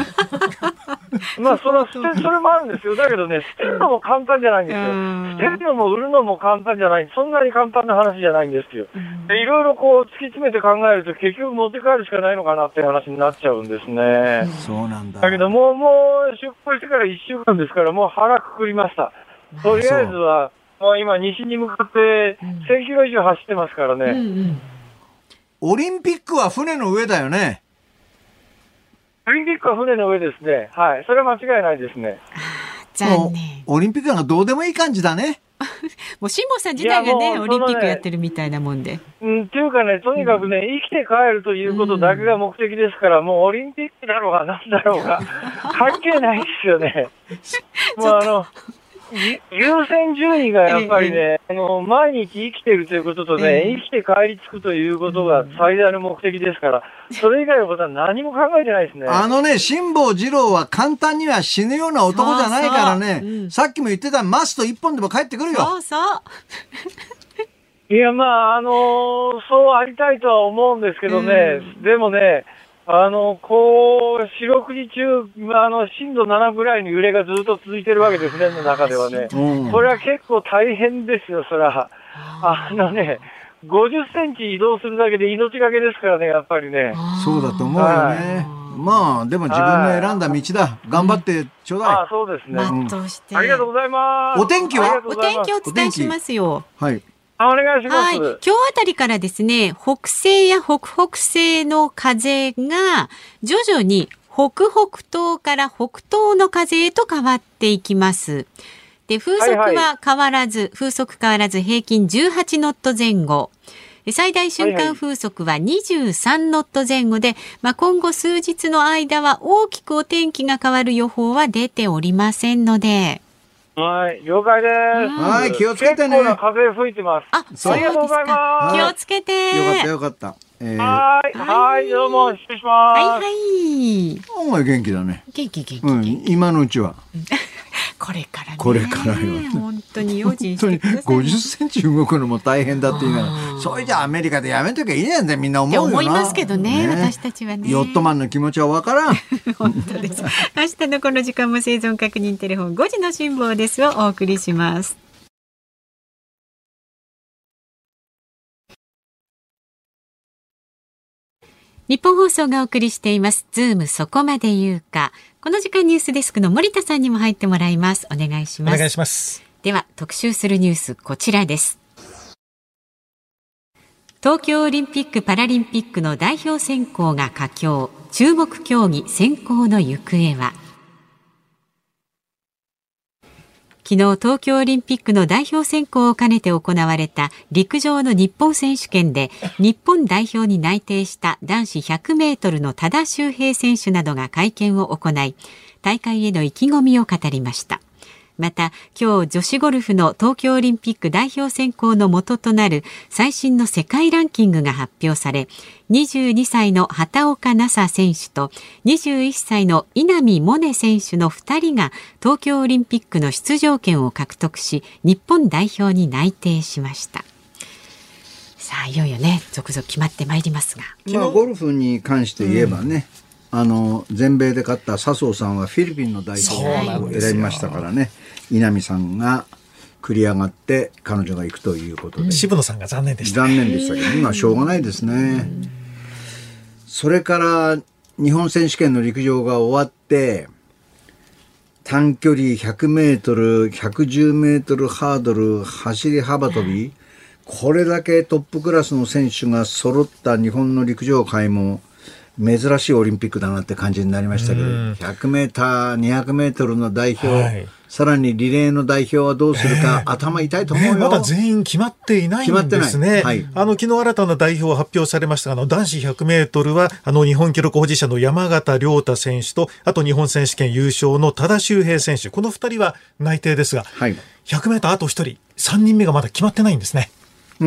それもあるんですよ。だけどね、捨てるのも簡単じゃないんですよ。捨てるのも売るのも簡単じゃない。そんなに簡単な話じゃないんですよ。で、いろいろこう突き詰めて考えると結局持って帰るしかないのかなっていう話になっちゃうんですね。 そうなんだ。 だけどもう出航してから1週間ですからもう腹くくりました。とりあえずは、もう今西に向かって1000キロ以上走ってますからね。 オリンピックは船の上だよね。 オリンピックは船の上ですね。はい。それは間違いないですね。 残念。 オリンピックがどうでもいい感じだね。 もう辛坊さん自体がね、オリンピックやってるみたいなもんで。 っていうかね、とにかくね、生きて帰るということだけが目的ですから、もうオリンピックだろうが何だろうが、関係ないですよね。もう優先順位がやっぱりね、毎日生きてるということとね、生きて帰り着くということが最大の目的ですから、それ以外のことは何も考えてないですね。 辛坊治郎は簡単には死ぬような男じゃないからね、さっきも言ってたマスト一本でも帰ってくるよ。 そうそう。 いや、そうありたいとは思うんですけどね、でもね、四六時中、震度7ぐらいの揺れがずっと続いてるわけです、船の中ではね。これは結構大変ですよ、それは。50センチ移動するだけで命がけですからね、やっぱりね。 そうだと思うよね。でも自分の選んだ道だ。頑張ってちょうだい。 そうですね。 ありがとうございます。 お天気は？ お天気をお伝えしますよ。 はい。 お願いします。 今日あたりからですね、北西や北北西の風が徐々に北北東から北東の風へと変わっていきます。で、風速は変わらず、平均18ノット前後。最大瞬間風速は23ノット前後で、今後数日の間は大きくお天気が変わる予報は出ておりませんので。 はい、了解です。 はい、気をつけてね。 結構な風吹いてます。ありがとうございます。 気をつけて。 よかった。 はい、どうも、失礼します。 はい。 お前元気だね。 元気。 今のうちは。 ここれからね。 これからよ。 本当に用心してください。 本当に50センチ動くのも大変だって言いながら、それじゃアメリカでやめときゃいいやんってみんな思うよな。 思いますけどね、私たちはね。 ヨットマンの気持ちはわからん。 本当です。明日のこの時間も生存確認テレフォン5時の辛抱ですをお送りします。日本放送がお送りしていますズームそこまで言うか。この時間ニュースデスクの森田さんにも入ってもらいます。お願いします。 お願いします。 では特集するニュースこちらです。東京オリンピック・パラリンピックの代表選考が佳境。注目競技選考の行方は。昨日東京オリンピックの代表選考を兼ねて行われた陸上の日本選手権で日本代表に内定した男子100メートルの多田修平選手などが会見を行い、大会への意気込みを語りました。また今日女子ゴルフの東京オリンピック代表選考の元となる最新の世界ランキングが発表され、22歳の畑岡奈紗選手と21歳の稲見萌寧選手の2人が東京オリンピックの出場権を獲得し、日本代表に内定しました。さあいよいよね、続々決まってまいりますが、 ゴルフに関して言えばね、全米で勝った笹生さんはフィリピンの代表を選びましたからね、稲見さんが繰り上がって彼女が行くということで、 渋野さんが残念でした。 残念でしたけど、今はしょうがないですね。それから日本選手権の陸上が終わって、短距離100メートル、110メートルハードル、走り幅跳び、これだけトップクラスの選手が揃った日本の陸上界も珍しいオリンピックだなって感じになりましたけど、100メーター、200メートルの代表、さらにリレーの代表はどうするか、頭痛いと思うよ。 まだ全員決まっていないんですね。 はい、 昨日新たな代表発表されましたが、男子100メートルは日本記録保持者の山縣亮太選手と、あと日本選手権優勝の多田修平選手、この2人は内定ですが、はい、100メーターあと1人、3人目がまだ決まってないんですね。 うん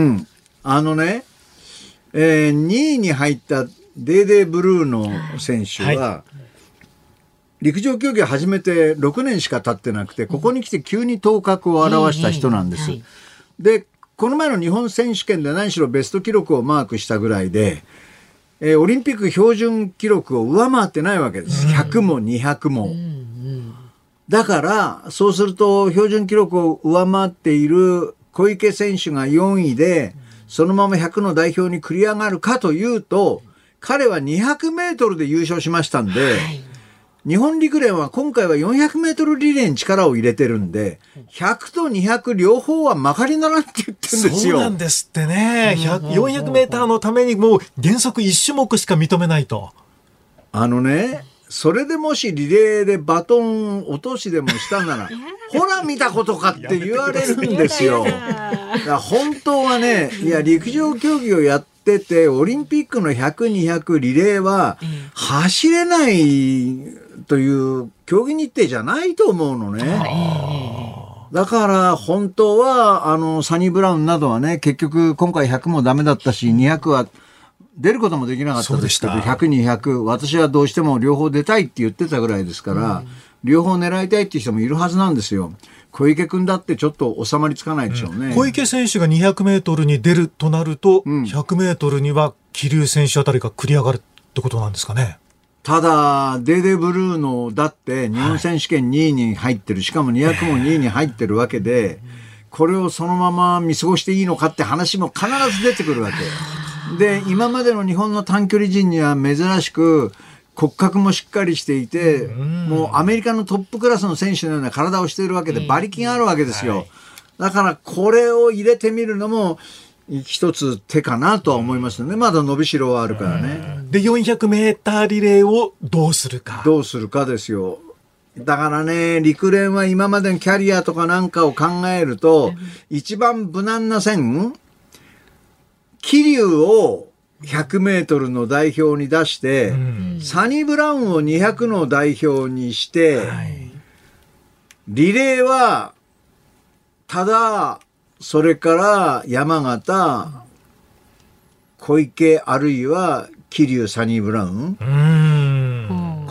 。2位に入ったデーデーブルーの選手は、陸上競技を始めて6年しか経ってなくて、ここに来て急に頭角を現した人なんです。で、この前の日本選手権で何しろベスト記録をマークしたぐらいで、オリンピック標準記録を上回ってないわけです。100も200も。だから、そうすると標準記録を上回っている小池選手が4位で、そのまま100の代表に繰り上がるかというと、彼は200メートルで優勝しましたんで、日本陸連は今回は400メートルリレーに力を入れてるんで、100と200両方はまかりならんって言ってるんですよ。 そうなんですってね。400メーターのためにもう原則1種目しか認めないと。 それでもしリレーでバトン落としでもしたなら、ほら見たことかって言われるんですよ。だから本当はね、いや陸上競技をやってて、オリンピックの100、200リレーは走れないという競技日程じゃないと思うのね。だから本当はサニブラウンなどはね、結局今回100もダメだったし、200は出ることもできなかったですけど、100、200、私はどうしても両方出たいって言ってたぐらいですから、両方狙いたいっていう人もいるはずなんですよ。小池君だってちょっと収まりつかないでしょうね。 小池選手が200メートルに出るとなると、100メートルには桐生選手あたりが繰り上がるってことなんですかね。 ただ、デーデーブルーのだって日本選手権2位に入ってる、しかも200も2位に入ってるわけで、これをそのまま見過ごしていいのかって話も必ず出てくるわけ。で、今までの日本の短距離陣には珍しく骨格もしっかりしていて、もうアメリカのトップクラスの選手のような体をしているわけで、馬力があるわけですよ。だからこれを入れてみるのも一つ手かなとは思いますね。まだ伸びしろはあるからね。 で、400メーターリレーをどうするか。 どうするかですよ。だからね、陸連は今までのキャリアとかなんかを考えると、一番無難な線、桐生を100メートルの代表に出して、サニブラウンを200の代表にして、リレーは、ただ、それから山形、小池あるいは桐生サニブラウン。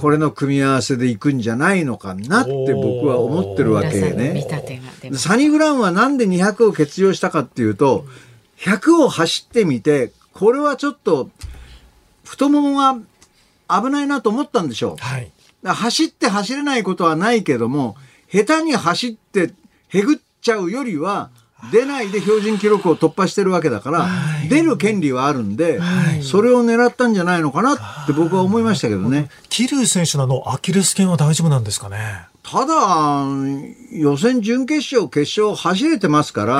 これの組み合わせでいくんじゃないのかなって僕は思ってるわけね。サニブラウンはなんで200を欠場したかっていうと、100を走ってみて、これはちょっと太ももが危ないなと思ったんでしょう。はい、走って走れないことはないけども、下手に走ってへぐっちゃうよりは、出ないで標準記録を突破してるわけだから、出る権利はあるんで、それを狙ったんじゃないのかなって僕は思いましたけどね。 桐生選手のアキレス腱は大丈夫なんですかね。 ただ予選準決勝決勝走れてますから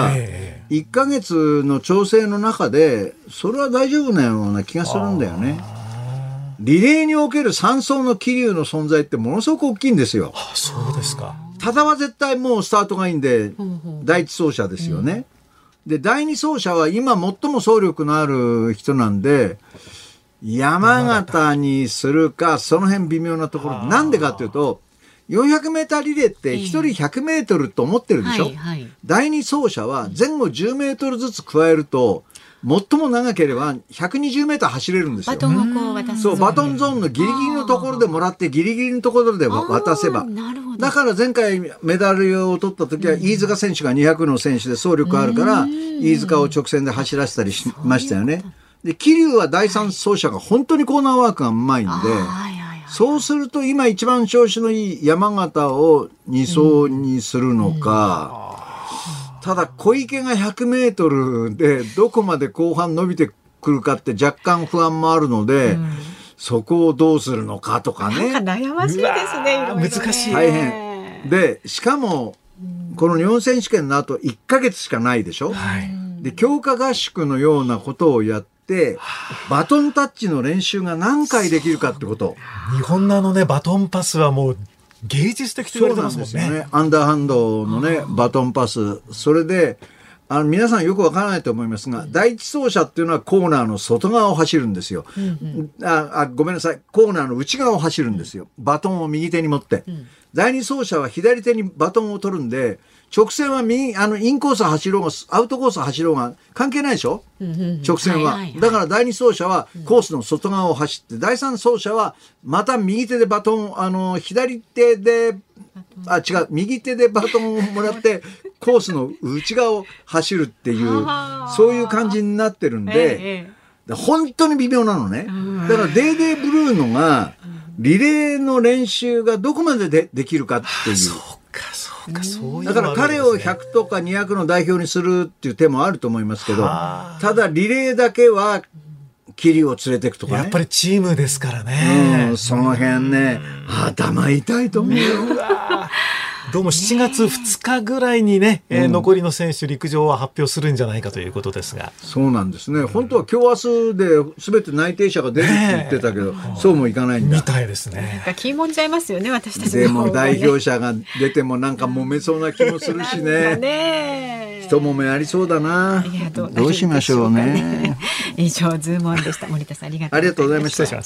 、1ヶ月の調整の中でそれは大丈夫なような気がするんだよね。リレーにおける3走の桐生の存在ってものすごく大きいんですよ。 そうですか。 多田は絶対もうスタートがいいんで、第一走者ですよね。で、第二走者は今最も走力のある人なんで、山形にするか、その辺微妙なところ。なんでかっていうと、400メーターリレーって1人100メートルと思ってるでしょ、第二走者は前後10メートルずつ加えると、最も長ければ120メーター走れるんですよ。 バトンをこう渡す。 そう、バトンゾーンのギリギリのところでもらって、ギリギリのところで渡せば。だから前回メダルを取った時は、飯塚選手が200の選手で走力あるから、飯塚を直線で走らせたりしましたよね。で、桐生は第三走者が本当にコーナーワークがうまいんで、そうすると今一番調子のいい山形を2走にするのか、ただ小池が100メートルでどこまで後半伸びてくるかって若干不安もあるので、そこをどうするのかとかね。 なんか悩ましいですね。 難しい。 大変。で、しかも、この日本選手権の後1ヶ月しかないでしょ、で、強化合宿のようなことをやって、バトンタッチの練習が何回できるかってこと。 日本のバトンパスはもう、芸術的と言われてますもんね。そうなんですよね。アンダーハンドのね、バトンパス。それで、皆さんよくわからないと思いますが、第一走者っていうのはコーナーの外側を走るんですよ。ごめんなさい。コーナーの内側を走るんですよ。バトンを右手に持って。第二走者は左手にバトンを取るんで、直線は右、インコース走ろうが、アウトコース走ろうが関係ないでしょ、直線は。だから第二走者はコースの外側を走って、第三走者はまた右手でバトン、左手で、右手でバトンをもらって、コースの内側を走るっていう、そういう感じになってるんで、本当に微妙なのね。だからデーデーブルーノが、リレーの練習がどこまでできるかっていう。だから彼を100とか200の代表にするっていう手もあると思いますけど、ただリレーだけは桐生を連れていくとかね。 やっぱりチームですからね。 その辺ね、頭痛いと思うよ。 どうも7月2日ぐらいにね、残りの選手陸上は発表するんじゃないかということですが。 そうなんですね。本当は今日明日で全て内定者が出るって言ってたけど、そうもいかないんだ。 みたいですね。 気もんじゃいますよね、私たちの。 でも代表者が出てもなんか揉めそうな気もするしね。人揉めありそうだな。どうしましょうね。 以上ズームオンでした。森田さんありがとうございました。 失礼します。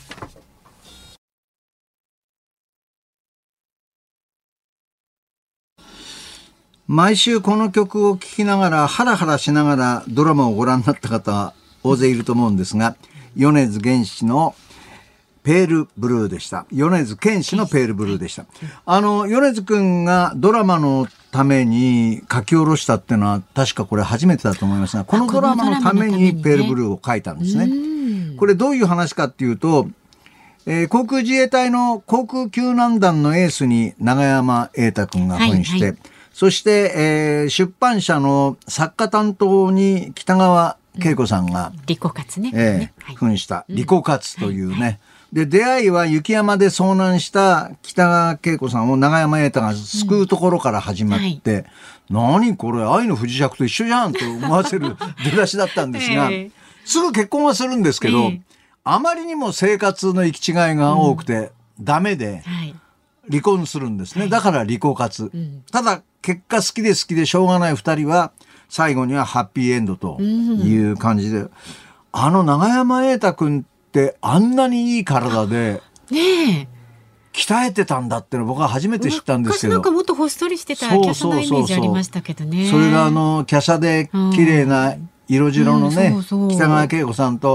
毎週この曲を聴きながらハラハラしながらドラマをご覧になった方は大勢いると思うんですが、米津玄師のペールブルーでした。米津玄師のペールブルーでした。米津くんがドラマのために書き下ろしたっていうのは確かこれ初めてだと思いますが、このドラマのためにペールブルーを書いたんですね。これどういう話かっていうと、航空自衛隊の航空救難団のエースに永山瑛太くんが扮して、そして、出版社の作家担当に北川景子さんが、 リコカツね。 扮したリコカツというね。で、出会いは雪山で遭難した北川景子さんを永山瑛太が救うところから始まって、何これ愛の不時着と一緒じゃんと思わせる出だしだったんですが、すぐ結婚はするんですけど、あまりにも生活の行き違いが多くてダメで離婚するんですね。だからリコカツ。ただ結果好きでしょうがない二人は最後にはハッピーエンドという感じで、永山瑛太くんってあんなにいい体で鍛えてたんだっての僕は初めて知ったんですけど、 昔なんかもっとほっそりしてた華奢なイメージありましたけどね。 それが華奢で綺麗な色白のね、北川景子さんと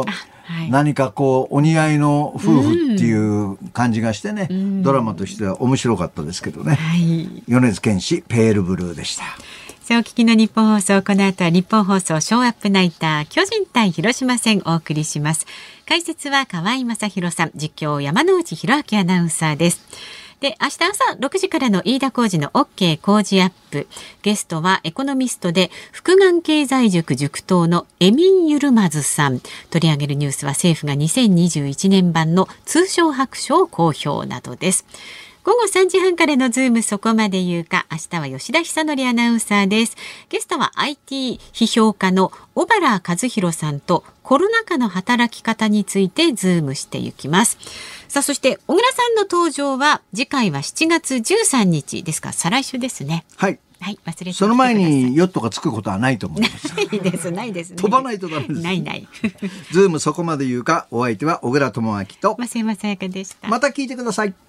何かこうお似合いの夫婦っていう感じがしてね、ドラマとしては面白かったですけどね、米津玄師ペールブルーでした。 さあお聞きの日本放送、この後は日本放送ショーアップナイター巨人対広島戦お送りします。解説は河合正弘さん、実況山内弘明アナウンサーです。で、明日朝6時からの飯田浩司の OK 工事アップ。ゲストはエコノミストで福眼経済塾塾頭のエミン・ユルマズさん。取り上げるニュースは政府が2021年版の通商白書を公表などです。午後3時半からのズームそこまで言うか。明日は吉田久典アナウンサーです。ゲストは IT 批評家の小原和弘さんとコロナ禍の働き方についてズームしていきます。さあそして小倉さんの登場は次回は7月13日ですか、再来週ですね。 はい。 はい、忘れておいてください。 その前にヨットがつくことはないと思います。 ないです、ないです、ね。 飛ばないとダメです。 ないない。 ズームそこまで言うか。お相手は小倉智昭と増山さやかでした。 また聞いてください。